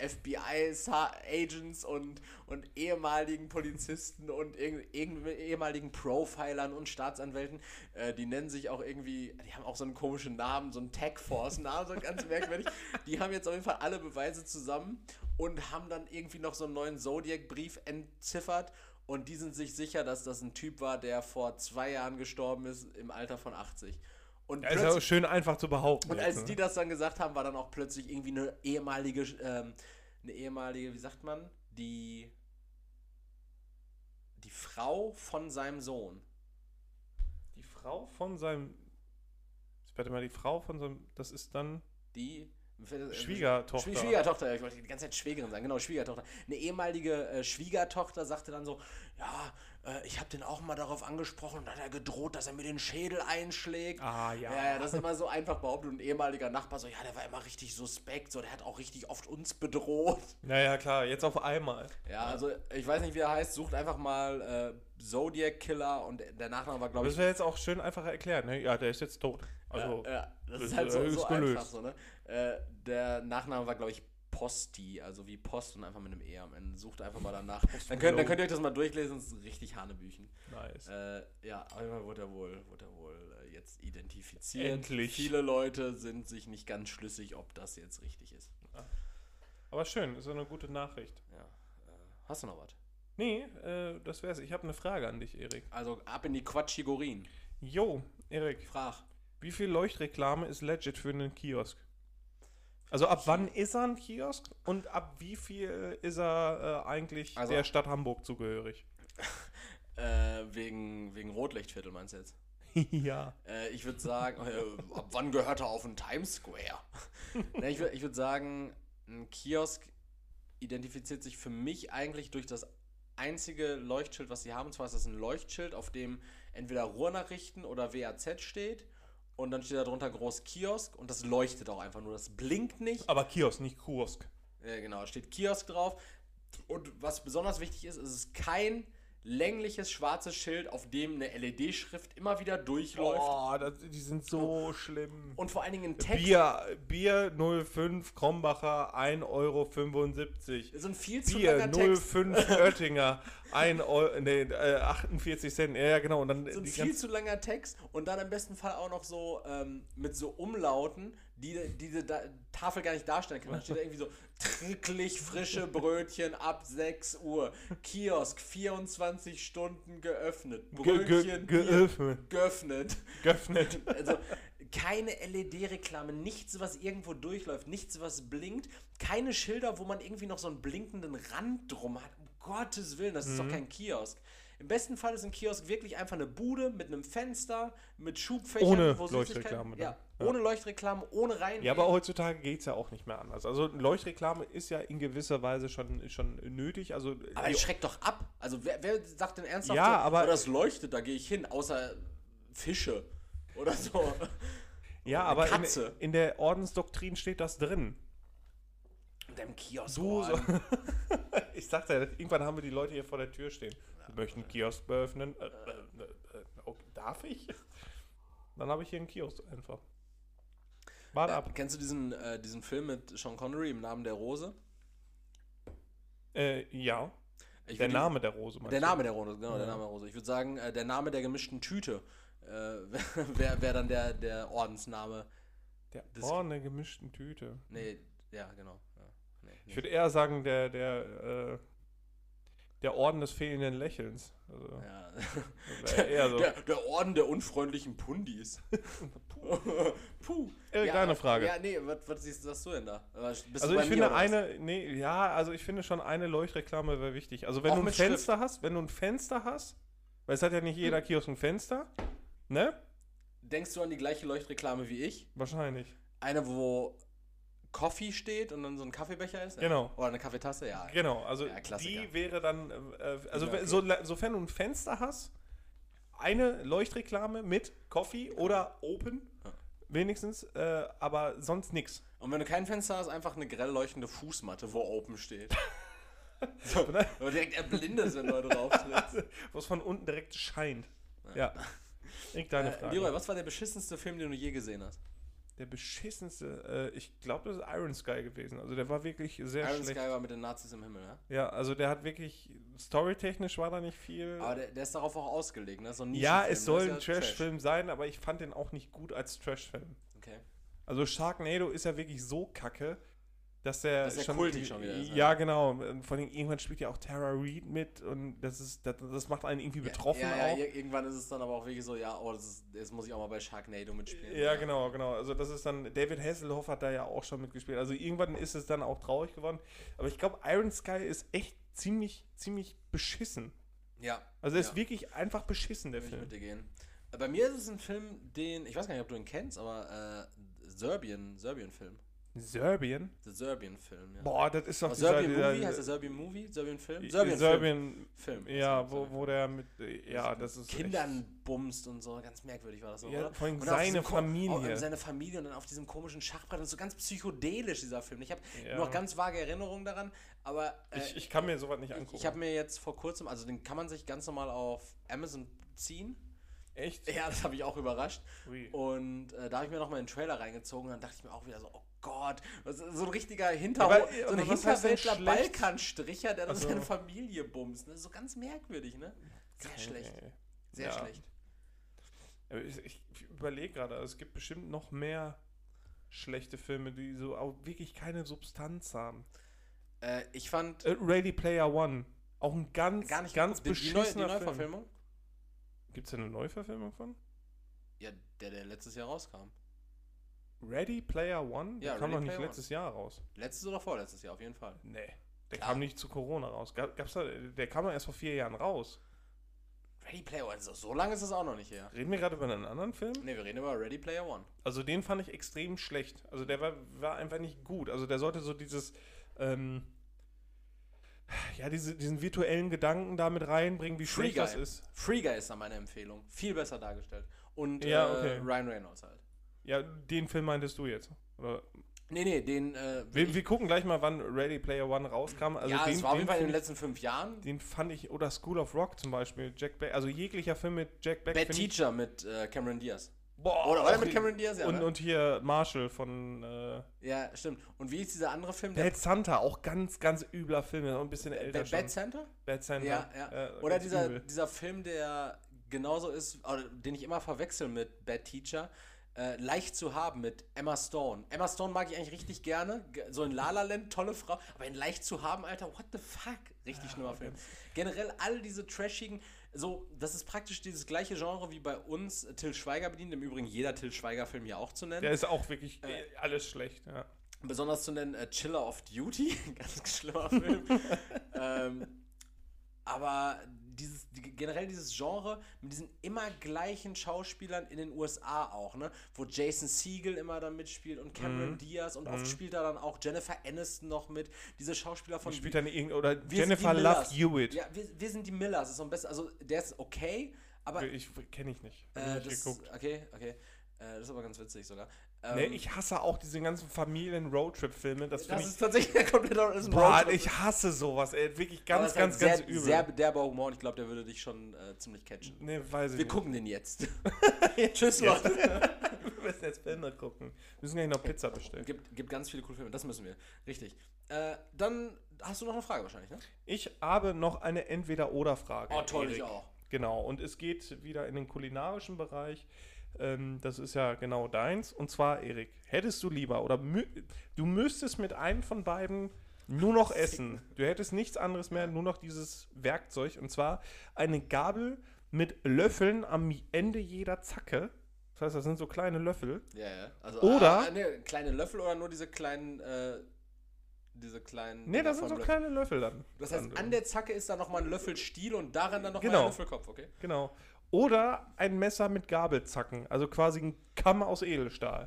FBI-Agents und ehemaligen Polizisten und ehemaligen Profilern und Staatsanwälten. Die nennen sich auch irgendwie, die haben auch so einen komischen Namen, so einen Tag-Force-Namen, so ganz merkwürdig. Die haben jetzt auf jeden Fall alle Beweise zusammen und haben dann irgendwie noch so einen neuen Zodiac-Brief entziffert. Und die sind sich sicher, dass das ein Typ war, der vor 2 Jahren gestorben ist, im Alter von 80. Und ja, ist ja schön einfach zu behaupten. Und als die das dann gesagt haben, war dann auch plötzlich irgendwie eine ehemalige, wie sagt man, die Frau von seinem Sohn. Die Frau von seinem, warte mal, die Frau von seinem, das ist dann die Schwiegertochter. Schwiegertochter, ich wollte die ganze Zeit Schwägerin sagen, genau, Schwiegertochter. Eine ehemalige Schwiegertochter sagte dann so, ja, ich habe den auch mal darauf angesprochen und dann hat er gedroht, dass er mir den Schädel einschlägt. Ah, ja. Ja, das ist immer so einfach behauptet. Und ein ehemaliger Nachbar so, ja, der war immer richtig suspekt, so, der hat auch richtig oft uns bedroht. Naja, klar, jetzt auf einmal. Ja, also ich weiß nicht, wie er heißt, sucht einfach mal Zodiac Killer und der Nachname war, glaube ich... Das wäre jetzt auch schön einfach erklärt, ne? Ja, der ist jetzt tot. Also, das ist halt so einfach so, ne? Der Nachname war, glaube ich, Posti, also wie Post und einfach mit einem E am Ende. Sucht einfach mal danach. Dann könnt ihr euch das mal durchlesen, das ist richtig Hanebüchen. Nice. Ja, auf jeden Fall wurde er wohl jetzt identifiziert. Endlich. Viele Leute sind sich nicht ganz schlüssig, ob das jetzt richtig ist. Ja. Aber schön, ist eine gute Nachricht. Ja. Hast du noch was? Nee, das wär's. Ich habe eine Frage an dich, Erik. Also ab in die Quatschigorin. Jo, Erik. Frag. Wie viel Leuchtreklame ist legit für einen Kiosk? Also ab wann ist er ein Kiosk und ab wie viel ist er eigentlich der Stadt Hamburg zugehörig? Wegen Rotlichtviertel meinst du jetzt? Ja. Ich würde sagen, ab wann gehört er auf den Times Square? Ne, ich würd sagen, ein Kiosk identifiziert sich für mich eigentlich durch das einzige Leuchtschild, was sie haben. Und zwar ist das ein Leuchtschild, auf dem entweder Ruhrnachrichten oder WAZ steht. Und dann steht da drunter groß Kiosk und das leuchtet auch einfach nur, das blinkt nicht. Aber Kiosk, nicht Kursk. Ja, genau, da steht Kiosk drauf. Und was besonders wichtig ist, es ist kein längliches schwarzes Schild, auf dem eine LED-Schrift immer wieder durchläuft. Oh, die sind so schlimm. Und vor allen Dingen ein Text. Bier 05 Krombacher 1,75 €. So ein viel zu Bier langer Text. 05 Oettinger 48 Cent. Ja, genau. Und dann So ein viel zu langer Text und dann im besten Fall auch noch so mit so Umlauten, die diese Tafel gar nicht darstellen kann. Dann steht da irgendwie so, tricklich frische Brötchen ab 6 Uhr. Kiosk 24 Stunden geöffnet. Brötchen geöffnet. Also keine LED-Reklame, nichts, was irgendwo durchläuft, nichts, was blinkt. Keine Schilder, wo man irgendwie noch so einen blinkenden Rand drum hat. Um Gottes Willen, das ist doch kein Kiosk. Im besten Fall ist ein Kiosk wirklich einfach eine Bude mit einem Fenster, mit Schubfächern. Ohne Leuchtreklame. Ja, ohne Leuchtreklame, ohne rein. Ja, aber heutzutage geht es ja auch nicht mehr anders. Also Leuchtreklame ist ja in gewisser Weise schon nötig. Also, aber es schreckt doch ab. Also wer sagt denn ernsthaft, ja, aber oh, das leuchtet, da gehe ich hin, außer Fische oder so. Ja, aber in der Ordensdoktrin steht das drin. Und im Kiosk. Ich sagte ja, irgendwann haben wir die Leute hier vor der Tür stehen. Wir möchten einen Kiosk öffnen. Okay, darf ich? Dann habe ich hier einen Kiosk einfach. Warte ab. Kennst du diesen Film mit Sean Connery, Im Namen der Rose? Ja. Der Name der Rose, meinst du? Der Name der Rose, genau, der Name der Rose. Ich würde sagen, der Name der gemischten Tüte wäre dann der Ordensname. Der Orden der gemischten Tüte. Nee, ja, genau. Ja. Nee, ich würde eher sagen, der Orden des fehlenden Lächelns. Also, ja. Eher so. Der Orden der unfreundlichen Pundis. Puh. Deine Frage. Ja, nee, was sagst du denn da? Also ich finde ich finde schon eine Leuchtreklame wäre wichtig. Also wenn auch du ein Fenster hast, weil es hat ja nicht jeder Kiosk ein Fenster, ne? Denkst du an die gleiche Leuchtreklame wie ich? Wahrscheinlich. Eine, wo Coffee steht und dann so ein Kaffeebecher ist? Genau. Oder eine Kaffeetasse, ja. Genau, also die wäre dann, sofern du ein Fenster hast, eine Leuchtreklame mit Coffee oder Open, wenigstens, aber sonst nichts. Und wenn du kein Fenster hast, einfach eine grell leuchtende Fußmatte, wo Open steht. So, wo direkt erblindet, wenn du da drauf trittst. Wo es von unten direkt scheint. Ja. Deine Frage. Leroy, was war der beschissenste Film, den du je gesehen hast? Der beschissenste, ich glaube, das ist Iron Sky gewesen. Also der war wirklich sehr schlecht. Iron Sky war mit den Nazis im Himmel, ne? Ja, also der hat wirklich, storytechnisch war da nicht viel. Aber der ist darauf auch ausgelegt, ne? So ein ja, es soll ein Trash-Film sein, aber ich fand den auch nicht gut als Trash-Film. Okay. Also Sharknado ist ja wirklich so kacke, dass der schon kultig schon wieder ist. Ja, genau. Vor allem irgendwann spielt ja auch Tara Reid mit und das macht einen irgendwie betroffen auch. Ja, irgendwann ist es dann aber auch wirklich so, jetzt muss ich auch mal bei Sharknado mitspielen. Ja, genau. Also das ist dann, David Hasselhoff hat da ja auch schon mitgespielt. Also irgendwann ist es dann auch traurig geworden. Aber ich glaube, Iron Sky ist echt ziemlich beschissen. Ja. Also er ist wirklich einfach beschissen, der Film. Ich mit dir gehen. Bei mir ist es ein Film, ich weiß gar nicht, ob du ihn kennst, aber Serbien-Film. Serbien? Der Serbien-Film, ja. Boah, das ist doch Serbian-Movie, heißt der Serbian-Movie? Serbian-Film? Serbian-Film. Ja, wo der mit, das ist Kindern bumst und so, ganz merkwürdig war das so, ja, oder? Vor allem seine Familie. Seine Familie und dann auf diesem komischen Schachbrett und so ganz psychedelisch, dieser Film. Ich habe noch ganz vage Erinnerungen daran, aber... ich kann mir sowas nicht angucken. Ich habe mir jetzt vor kurzem, also den kann man sich ganz normal auf Amazon ziehen. Echt? Ja, das habe ich auch überrascht. Ui. Und da habe ich mir nochmal einen Trailer reingezogen und dann dachte ich mir auch wieder so, oh Gott, so ein richtiger Hinterwäldler Balkanstricher, der dann seine Familie bumst. Ne? So ganz merkwürdig, ne? Sehr schlecht. Sehr schlecht. Ich überlege gerade, es gibt bestimmt noch mehr schlechte Filme, die so auch wirklich keine Substanz haben. Ich fand... Ready Player One. Auch ein ganz beschissener die Neuverfilmung? Gibt es da eine Neuverfilmung von? Ja, der letztes Jahr rauskam. Ready Player One? Der kam noch nicht letztes Jahr raus. Letztes oder vorletztes Jahr, auf jeden Fall. Nee, der kam nicht zu Corona raus. Der kam erst vor 4 Jahren raus. Ready Player One, so lange ist es auch noch nicht her. Reden wir gerade über einen anderen Film? Nee, wir reden über Ready Player One. Also den fand ich extrem schlecht. Also der war einfach nicht gut. Also der sollte so dieses... diesen virtuellen Gedanken da mit reinbringen, wie schlecht das ist. Free Guy ist da meine Empfehlung. Viel besser dargestellt. Und Ryan Reynolds halt. Ja, den Film meintest du jetzt? Oder? Nee, den... Wir gucken gleich mal, wann Ready Player One rauskam. Also ja, den, es war auf jeden Fall in den find letzten 5 Jahren. Den fand ich, oder School of Rock zum Beispiel, Jack Black, also jeglicher Film mit Jack Black. Bad Teacher mit Cameron Diaz. Boah, Oder war der mit Cameron Diaz? Ja, und hier Marshall von ja, stimmt. Und wie ist dieser andere Film? Bad Santa, auch ganz, ganz übler Film, auch ein bisschen älter schon. Bad Santa? Bad Santa. Ja. Oder dieser Film, der genauso ist, oder den ich immer verwechsel mit Bad Teacher, Leicht zu haben mit Emma Stone. Emma Stone mag ich eigentlich richtig gerne. So in La La Land, tolle Frau. Aber in Leicht zu haben, Alter, what the fuck? Richtig schlimmer Film. Generell all diese trashigen, so, das ist praktisch dieses gleiche Genre wie bei uns Till Schweiger bedient. Im Übrigen jeder Till Schweiger-Film hier auch zu nennen. Der ist auch wirklich alles schlecht, ja. Besonders zu nennen Chiller of Duty. Ganz schlimmer Film. Aber generell dieses Genre mit diesen immer gleichen Schauspielern in den USA auch, ne? Wo Jason Segel immer da mitspielt und Cameron Diaz und oft spielt da dann auch Jennifer Aniston noch mit. Diese Schauspieler von... Spielt dann oder Jennifer Love Hewitt. Ja, wir sind die Millers. Ist so ein bisschen, also der ist okay, aber... Kenne ich nicht. Geguckt. Okay. Das ist aber ganz witzig sogar. Nee, ich hasse auch diese ganzen Familien-Roadtrip-Filme. Das ist tatsächlich der komplette Roadtrip. Ich hasse sowas, ey. Wirklich ganz übel. Sehr derber Humor und ich glaube, der würde dich schon ziemlich catchen. Nee, weiß ich nicht. Wir gucken den jetzt. Tschüss, Leute. Wir müssen jetzt Filme gucken. Wir müssen gleich noch Pizza bestellen. Gibt ganz viele coole Filme, das müssen wir. Richtig. Dann hast du noch eine Frage wahrscheinlich, ne? Ich habe noch eine Entweder-Oder-Frage. Oh, toll, Erik. Ich auch. Genau, und es geht wieder in den kulinarischen Bereich. Das ist ja genau deins. Und zwar, Erik, hättest du lieber oder du müsstest mit einem von beiden nur noch essen. Du hättest nichts anderes mehr, nur noch dieses Werkzeug. Und zwar eine Gabel mit Löffeln am Ende jeder Zacke. Das heißt, das sind so kleine Löffel. Ja. Also, oder kleine Löffel oder nur diese kleinen... Nee, das sind so kleine Löffel dann. Das heißt, an der Zacke ist da nochmal ein Löffelstiel und daran dann nochmal ein Löffelkopf, okay? Genau. Oder ein Messer mit Gabelzacken, also quasi ein Kamm aus Edelstahl.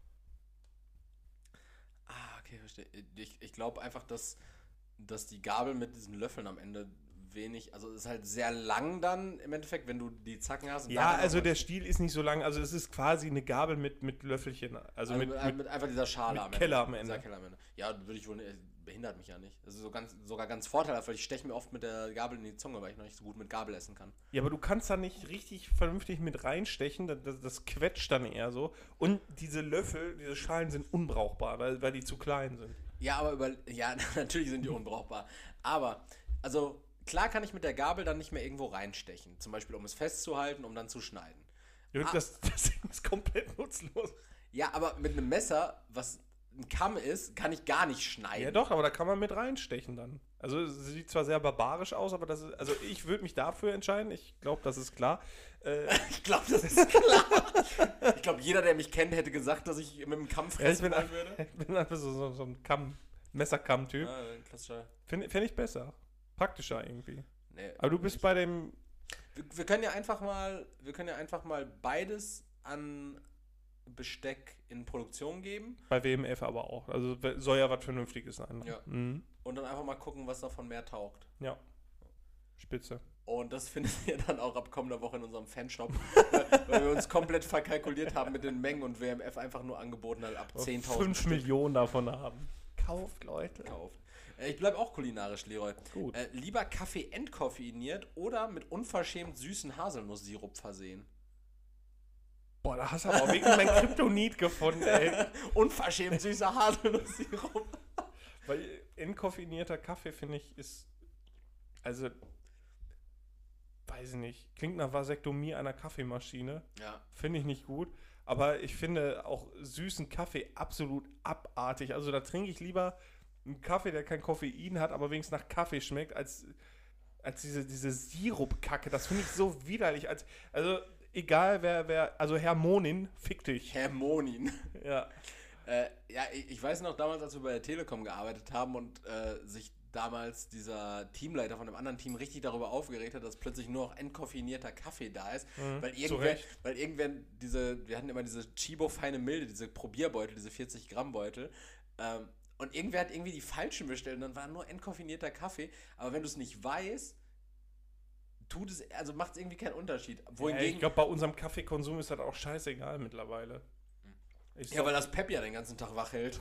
Okay, verstehe. Ich glaube einfach, dass die Gabel mit diesen Löffeln am Ende wenig, also es ist halt sehr lang dann im Endeffekt, wenn du die Zacken hast. Und ja, also der Stiel ist nicht so lang, also es ist quasi eine Gabel mit Löffelchen. Also mit einfach dieser Schale am Ende. Keller am Ende. Ja, würde ich wohl, behindert mich ja nicht. Das ist sogar ganz vorteilhaft, weil ich steche mir oft mit der Gabel in die Zunge, weil ich noch nicht so gut mit Gabel essen kann. Ja, aber du kannst da nicht richtig vernünftig mit reinstechen, das quetscht dann eher so. Und diese Löffel, diese Schalen sind unbrauchbar, weil die zu klein sind. Ja, aber natürlich sind die unbrauchbar. Aber, also, klar kann ich mit der Gabel dann nicht mehr irgendwo reinstechen. Zum Beispiel, um es festzuhalten, um dann zu schneiden. Ja, das ist komplett nutzlos. Ja, aber mit einem Messer, was ein Kamm ist, kann ich gar nicht schneiden. Ja doch, aber da kann man mit reinstechen dann. Also es sieht zwar sehr barbarisch aus, aber also ich würde mich dafür entscheiden. Ich glaube, das ist klar. Ich glaube, das ist klar. Ich glaube, jeder, der mich kennt, hätte gesagt, dass ich mit dem Kamm fressen würde. Ich bin einfach so ein Messerkamm-Typ. Ja, klassischer. Finde ich besser. Praktischer irgendwie. Nee, aber du bist nicht bei dem... Wir können ja einfach mal beides an Besteck in Produktion geben. Bei WMF aber auch. Also soll ja was Vernünftiges sein. Ja. Mhm. Und dann einfach mal gucken, was davon mehr taugt. Ja. Spitze. Und das findet ihr dann auch ab kommender Woche in unserem Fanshop, weil wir uns komplett verkalkuliert haben mit den Mengen und WMF einfach nur angeboten hat, ab 10.000 5 Millionen davon haben. Kauft, Leute. Kauft. Ich bleibe auch kulinarisch, Leroy. Gut. Lieber Kaffee entkoffeiniert oder mit unverschämt süßen Haselnusssirup versehen? Boah, da hast du aber auch wirklich mein Kryptonit gefunden, ey. Unverschämt süßer Haselnusssirup. Weil entkoffinierter Kaffee, finde ich, ist, also, weiß ich nicht, klingt nach Vasektomie einer Kaffeemaschine. Ja. Finde ich nicht gut. Aber ich finde auch süßen Kaffee absolut abartig. Also da trinke ich lieber einen Kaffee, der kein Koffein hat, aber wenigstens nach Kaffee schmeckt, als diese Sirup-Kacke. Das finde ich so widerlich. Also egal wer, also Herr Monin, fick dich. Herr Monin. Ja. Ich weiß noch damals, als wir bei der Telekom gearbeitet haben und sich damals dieser Teamleiter von einem anderen Team richtig darüber aufgeregt hat, dass plötzlich nur noch entkoffinierter Kaffee da ist, weil irgendwer wir hatten immer diese Chibo feine Milde, diese Probierbeutel, diese 40 Gramm Beutel, und irgendwer hat irgendwie die falschen bestellt und dann war nur entkoffinierter Kaffee, aber wenn du es nicht weißt, macht es irgendwie keinen Unterschied. Ich glaube, bei unserem Kaffeekonsum ist das auch scheißegal mittlerweile. Ja, weil das Pep ja den ganzen Tag wach hält.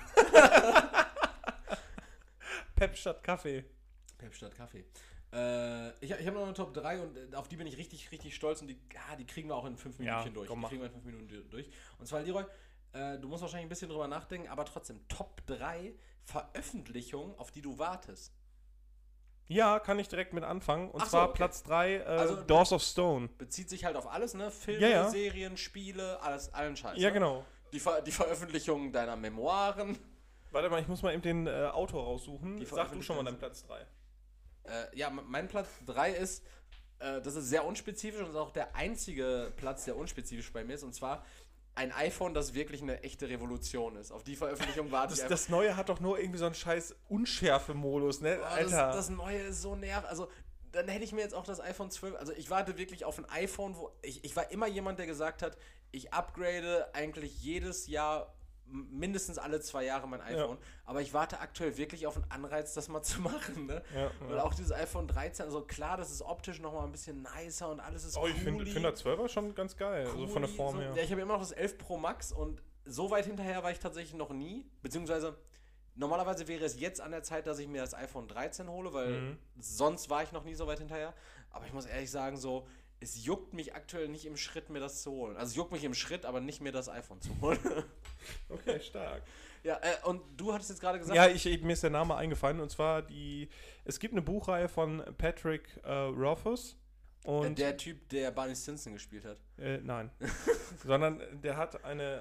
Pep statt Kaffee. Pep statt Kaffee. Ich habe noch eine Top 3 und auf die bin ich richtig, richtig stolz und die kriegen wir auch in 5 Minuten durch. Komm, die kriegen wir in 5 Minuten durch. Und zwar, Leroy, du musst wahrscheinlich ein bisschen drüber nachdenken, aber trotzdem, Top 3 Veröffentlichungen, auf die du wartest. Ja, kann ich direkt mit anfangen. Und Ach so, zwar okay. Platz 3, Also, Doors of Stone. Bezieht sich halt auf alles, ne? Filme, Ja. Serien, Spiele, allen Scheiß. Ja, ne? genau. Die Veröffentlichung deiner Memoiren. Warte mal, ich muss mal eben den Autor raussuchen. Die Sag du schon mal deinen Veröffentlichung- Platz 3. Ja, mein Platz 3 ist, das ist sehr unspezifisch und ist auch der einzige Platz, der unspezifisch bei mir ist. Und zwar ein iPhone, das wirklich eine echte Revolution ist. Auf die Veröffentlichung warte ich einfach. Das Neue hat doch nur irgendwie so einen scheiß Unschärfe-Modus, ne? Alter. Das Neue ist so nervig. Also, dann hätte ich mir jetzt auch das iPhone 12. Also, ich warte wirklich auf ein iPhone, wo. Ich war immer jemand, der gesagt hat, ich upgrade eigentlich jedes Jahr, mindestens alle 2 Jahre mein iPhone. Aber ich warte aktuell wirklich auf einen Anreiz, das mal zu machen, ne? Ja, Weil auch dieses iPhone 13, also klar, das ist optisch nochmal ein bisschen nicer und alles ist Oh, ich finde der 12er schon ganz geil. Also von der Form so, her. Ja, ich habe immer noch das 11 Pro Max und so weit hinterher war ich tatsächlich noch nie. Beziehungsweise, normalerweise wäre es jetzt an der Zeit, dass ich mir das iPhone 13 hole, weil sonst war ich noch nie so weit hinterher. Aber ich muss ehrlich sagen, so, es juckt mich aktuell nicht im Schritt, mir das zu holen. Also es juckt mich im Schritt, aber nicht mir das iPhone zu holen. Okay, stark. Ja, und du hattest jetzt gerade gesagt... Ja, mir ist der Name eingefallen und zwar es gibt eine Buchreihe von Patrick Rothfuss. Und der Typ, der Barney Stinson gespielt hat. Nein. Sondern der hat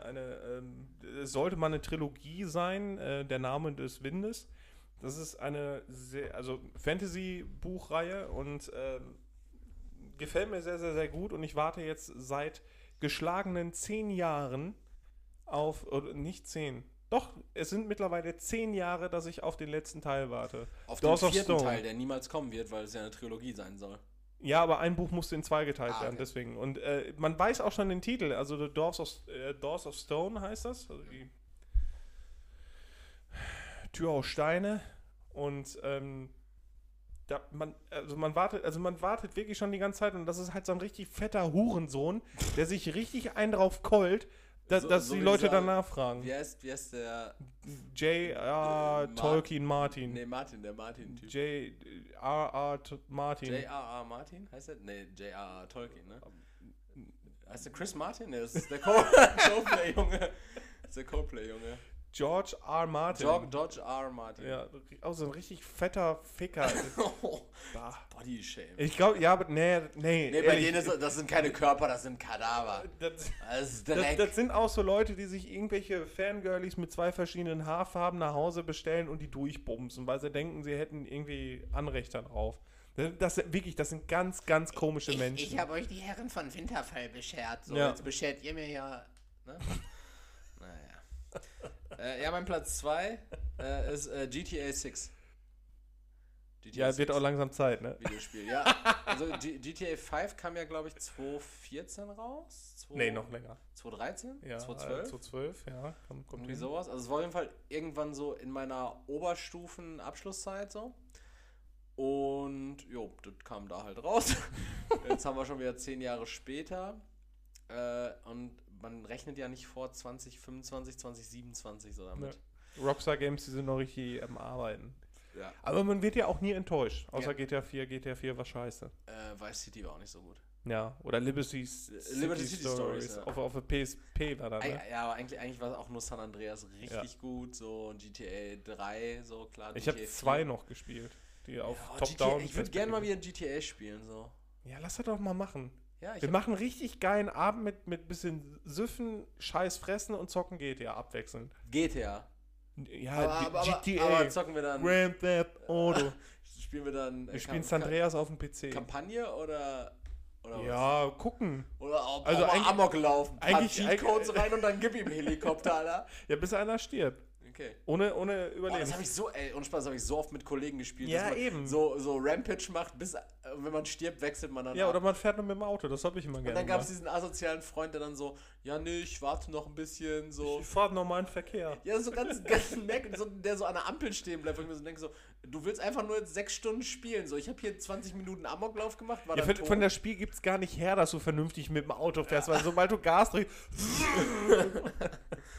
es sollte mal eine Trilogie sein, Der Name des Windes. Das ist eine Fantasy-Buchreihe und gefällt mir sehr, sehr, sehr gut und ich warte jetzt seit geschlagenen 10 Jahren oder nicht 10. Doch, es sind mittlerweile 10 Jahre, dass ich auf den letzten Teil warte. Auf Doors den of 4. Stone. Teil, der niemals kommen wird, weil es ja eine Trilogie sein soll. Ja, aber ein Buch musste in 2 geteilt Okay. werden, deswegen. Und man weiß auch schon den Titel, also The Doors of Stone heißt das, also die Tür aus Steine. Und man wartet wirklich schon die ganze Zeit und das ist halt so ein richtig fetter Hurensohn, der sich richtig einen drauf keult, dass die Leute danach fragen. Wie heißt der? J.R.R. Tolkien Martin. Nee, der Martin-Typ. J.R.R. Martin. J.R.R. Martin heißt der? Nee, J.R.R. Tolkien, ne? Heißt der Chris Martin? Nee, das ist der Coldplay-Junge. Das ist der Coldplay-Junge. George R. Martin. George R. Martin. Ja, auch so ein richtig fetter Ficker. Body-Shame. Ich glaube, ja, aber nee, Nee, bei ehrlich, denen das sind keine Körper, das sind Kadaver. das, Das ist Dreck. das sind auch so Leute, die sich irgendwelche Fangirlies mit 2 verschiedenen Haarfarben nach Hause bestellen und die durchbumsen, weil sie denken, sie hätten irgendwie Anrecht darauf. Das sind ganz, ganz komische Menschen. Ich habe euch die Herren von Winterfell beschert. So, Ja. jetzt beschert ihr mir ja. Ne? Naja. Ja, mein Platz 2 ist GTA 6. GTA Ja, wird auch langsam Zeit, ne? Videospiel, ja. Also GTA 5 kam ja, glaube ich, 2014 raus. Nee, noch länger. 2013? Ja, 2012? 2012, ja. Kommt Irgendwie hin. sowas. Also es war auf jeden Fall irgendwann so in meiner Oberstufen-Abschlusszeit so. Und jo, das kam da halt raus. Jetzt haben wir schon wieder 10 Jahre später. Und man rechnet ja nicht vor 2025, 2027 so damit. Ja. Rockstar Games, die sind noch richtig am Arbeiten. Ja. Aber man wird ja auch nie enttäuscht. Außer Ja. GTA 4 war scheiße. Vice City war auch nicht so gut. Ja, oder Liberty City Stories, ja. Auf der PSP war das, ne? Ja, aber eigentlich war es auch nur San Andreas richtig gut. So und GTA 3, so klar. Ich habe 2 noch gespielt. Die auf Top-Down. Ich würde gerne mal wieder GTA spielen, so. Ja, lass das doch mal machen. Ja, Wir machen einen richtig geilen Abend mit bisschen Süffen, Scheiß fressen und zocken GTA abwechselnd. GTA. Ja, GTA. Aber zocken wir dann. Grand Theft Auto. Spielen wir dann. Wir spielen San Andreas auf dem PC. Kampagne oder ja, gucken. Oder auch Also mal eigentlich- Amok laufen. eigentlich- Cheatcodes rein und dann gib ihm Helikopter, Alter. Ja, bis einer stirbt. Okay. Ohne Boah, Überleben. das habe ich so, ohne Spaß, das habe ich so oft mit Kollegen gespielt. Ja, dass man eben. So Rampage macht, bis, wenn man stirbt, wechselt man dann Ja, ab. oder man fährt nur mit dem Auto. Das habe ich immer Und gerne dann gab es gemacht. diesen asozialen Freund, der dann so, ja, nee, ich warte noch ein bisschen, so. Ich fahre normalen Verkehr. Ja, so ganz merkwürdig, so, der so an der Ampel stehen bleibt, wo ich mir so denke, so, du willst einfach nur jetzt 6 Stunden spielen, so, ich habe hier 20 Minuten Amoklauf gemacht, war Ja, dann tot. von das Spiel gibt es gar nicht her, dass du vernünftig mit dem Auto fährst, weil sobald du Gas drückst.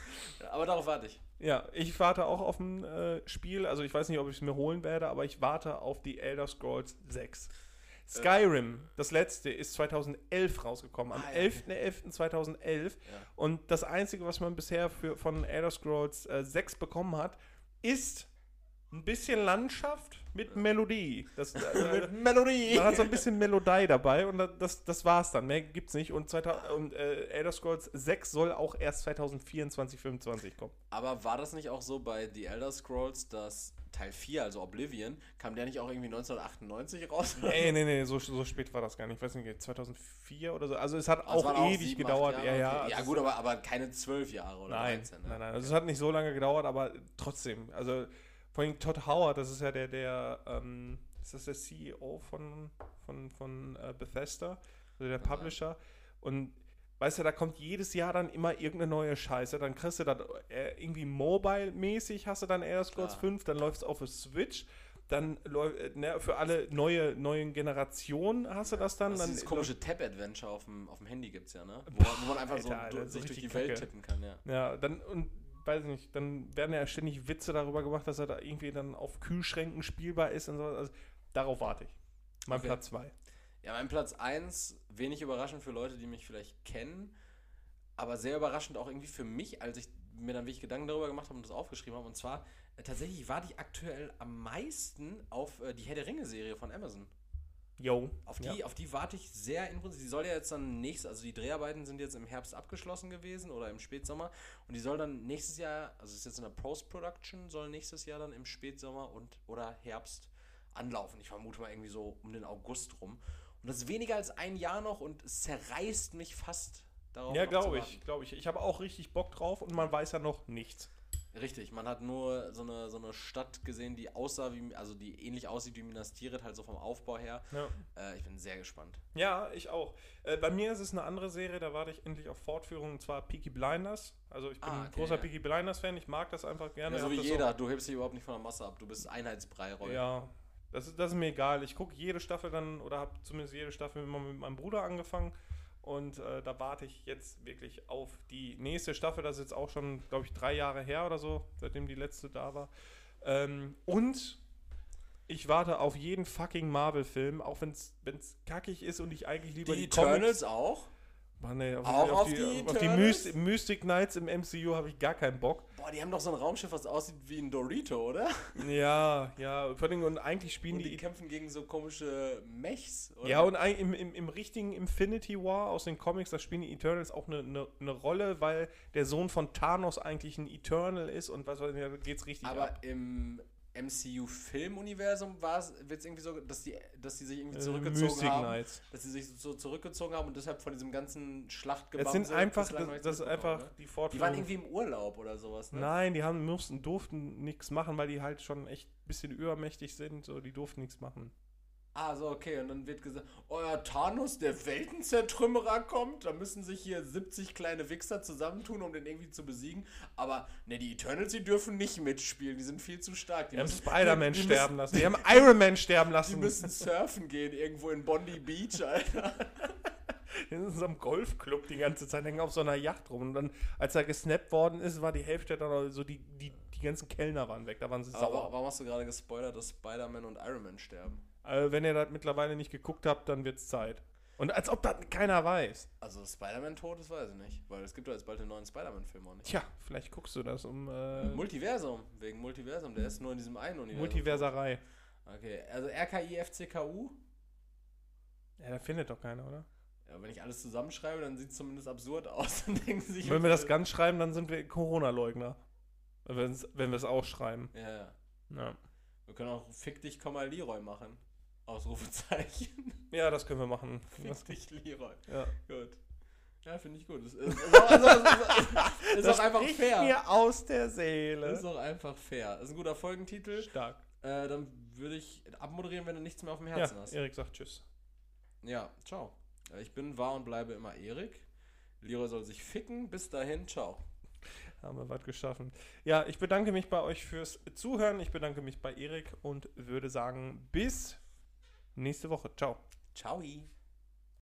Aber darauf warte ich. Ja, ich warte auch auf ein Spiel. Also ich weiß nicht, ob ich es mir holen werde, aber ich warte auf die Elder Scrolls 6. Skyrim, das letzte, ist 2011 rausgekommen, am 11.11.2011. Ja. Und das Einzige, was man bisher von Elder Scrolls 6 bekommen hat, ist ein bisschen Landschaft mit Melodie. Mit Melodie! Man hat so ein bisschen Melodie dabei und das war's dann. Mehr gibt's nicht. Und Elder Scrolls 6 soll auch erst 2024, 2025 kommen. Aber war das nicht auch so bei The Elder Scrolls, dass Teil 4, also Oblivion, kam der nicht auch irgendwie 1998 raus? Nee, so spät war das gar nicht. Ich weiß nicht, 2004 oder so. Also es hat auch ewig 7, gedauert. Jahre, Ja, okay. Ja gut, aber keine 12 Jahre oder nein, 13. Ne? Nein. Also es hat nicht so lange gedauert, aber trotzdem. Also vor allem Todd Howard, das ist ja ist das der CEO von Bethesda, also der Publisher. Und weißt du, da kommt jedes Jahr dann immer irgendeine neue Scheiße. Dann kriegst du das irgendwie mobile-mäßig, hast du dann Elder Scrolls 5, dann läuft es auf der Switch. Dann läuft für alle neuen Generationen hast du das dann. Das dann dieses komische Tab-Adventure auf dem Handy gibt's ja, ne? Wo man einfach Alter, sich durch die Kacke. Welt tippen kann, ja. Ja, weiß nicht, dann werden ja ständig Witze darüber gemacht, dass er da irgendwie dann auf Kühlschränken spielbar ist und so. Also, darauf warte ich. Mein Platz 2. Ja, mein Platz 1, wenig überraschend für Leute, die mich vielleicht kennen, aber sehr überraschend auch irgendwie für mich, als ich mir dann wirklich Gedanken darüber gemacht habe und das aufgeschrieben habe. Und zwar, tatsächlich warte ich aktuell am meisten auf die Herr der Ringe-Serie von Amazon. Jo. Auf die warte ich sehr intensiv. Die soll ja jetzt dann also die Dreharbeiten sind jetzt im Herbst abgeschlossen gewesen oder im Spätsommer und die soll dann nächstes Jahr, also ist jetzt in der Post-Production, soll nächstes Jahr dann im Spätsommer oder Herbst anlaufen. Ich vermute mal irgendwie so um den August rum. Und das ist weniger als ein Jahr noch und es zerreißt mich fast darauf. Ja, glaube ich. Ich habe auch richtig Bock drauf und man weiß ja noch nichts. Richtig, man hat nur so eine Stadt gesehen, die die ähnlich aussieht wie Minas Tirith, halt so vom Aufbau her. Ja. Ich bin sehr gespannt. Ja, ich auch. Bei mir ist es eine andere Serie, da warte ich endlich auf Fortführung, und zwar Peaky Blinders. Also ich bin ein großer Peaky Blinders-Fan, ich mag das einfach gerne. Ja, so wie jeder, du hebst dich überhaupt nicht von der Masse ab, du bist Einheitsbrei, Roy. Ja, das ist mir egal. Ich gucke jede Staffel dann, oder habe zumindest jede Staffel immer mit meinem Bruder angefangen. Und da warte ich jetzt wirklich auf die nächste Staffel. Das ist jetzt auch schon, glaube ich, 3 Jahre her oder so, seitdem die letzte da war. Und ich warte auf jeden fucking Marvel-Film, auch wenn es kackig ist und ich eigentlich lieber die Eternals auch? Mann, ey, auf die Mystic Knights im MCU habe ich gar keinen Bock. Boah, die haben doch so ein Raumschiff, was aussieht wie ein Dorito, oder? Ja, vor allem und eigentlich spielen die kämpfen gegen so komische Mechs, oder? Ja, und im richtigen Infinity War aus den Comics, da spielen die Eternals auch eine Rolle, weil der Sohn von Thanos eigentlich ein Eternal ist und was weiß ich, da geht's richtig ab. Aber im MCU-Filmuniversum wird es irgendwie so, dass die sich irgendwie zurückgezogen haben. Knights. Dass sie sich so zurückgezogen haben und deshalb von diesem ganzen Schlachtgebaut sind. Das ist einfach ne? Die Fortführung. Die waren irgendwie im Urlaub oder sowas, ne? Nein, die durften nichts machen, weil die halt schon echt ein bisschen übermächtig sind. So, die durften nichts machen. Ah, so, okay. Und dann wird gesagt, euer Thanos, der Weltenzertrümmerer kommt. Da müssen sich hier 70 kleine Wichser zusammentun, um den irgendwie zu besiegen. Aber, ne, die Eternals, die dürfen nicht mitspielen. Die sind viel zu stark. Die haben Spider-Man sterben lassen. Die haben Iron Man sterben lassen. Die müssen surfen gehen irgendwo in Bondi Beach, Alter. Die sind in so einem Golfclub die ganze Zeit, hängen auf so einer Yacht rum. Und dann, als er gesnappt worden ist, war die Hälfte dann so, die ganzen Kellner waren weg. Da waren sie sauer. Warum hast du gerade gespoilert, dass Spider-Man und Iron Man sterben? Wenn ihr das mittlerweile nicht geguckt habt, dann wird's Zeit. Und als ob das keiner weiß. Also Spider-Man tot ist, weiß ich nicht. Weil es gibt doch jetzt bald einen neuen Spider-Man-Film auch nicht. Tja, vielleicht guckst du das Multiversum. Wegen Multiversum. Der ist nur in diesem einen Universum. Multiverserei. Okay, also RKIFCKU? Ja, da findet doch keiner, oder? Ja, wenn ich alles zusammenschreibe, dann sieht es zumindest absurd aus. Dann denken sie sich, wenn wir das ganz schreiben, dann sind wir Corona-Leugner. Wenn wir es ausschreiben. Ja. Wir können auch Fick dich, Leroy machen. Ausrufezeichen. Ja, das können wir machen. Fick dich, Leroy. Ja. Gut. Ja, finde ich gut. Das ist auch einfach fair. Mir aus der Seele. Das ist auch einfach fair. Das ist ein guter Folgentitel. Stark. Dann würde ich abmoderieren, wenn du nichts mehr auf dem Herzen hast. Erik sagt Tschüss. Ja, ciao. Ich war und bleibe immer Erik. Leroy soll sich ficken. Bis dahin, ciao. Haben wir was geschaffen. Ja, ich bedanke mich bei euch fürs Zuhören. Ich bedanke mich bei Erik und würde sagen, bis nächste Woche. Ciao. Ciao.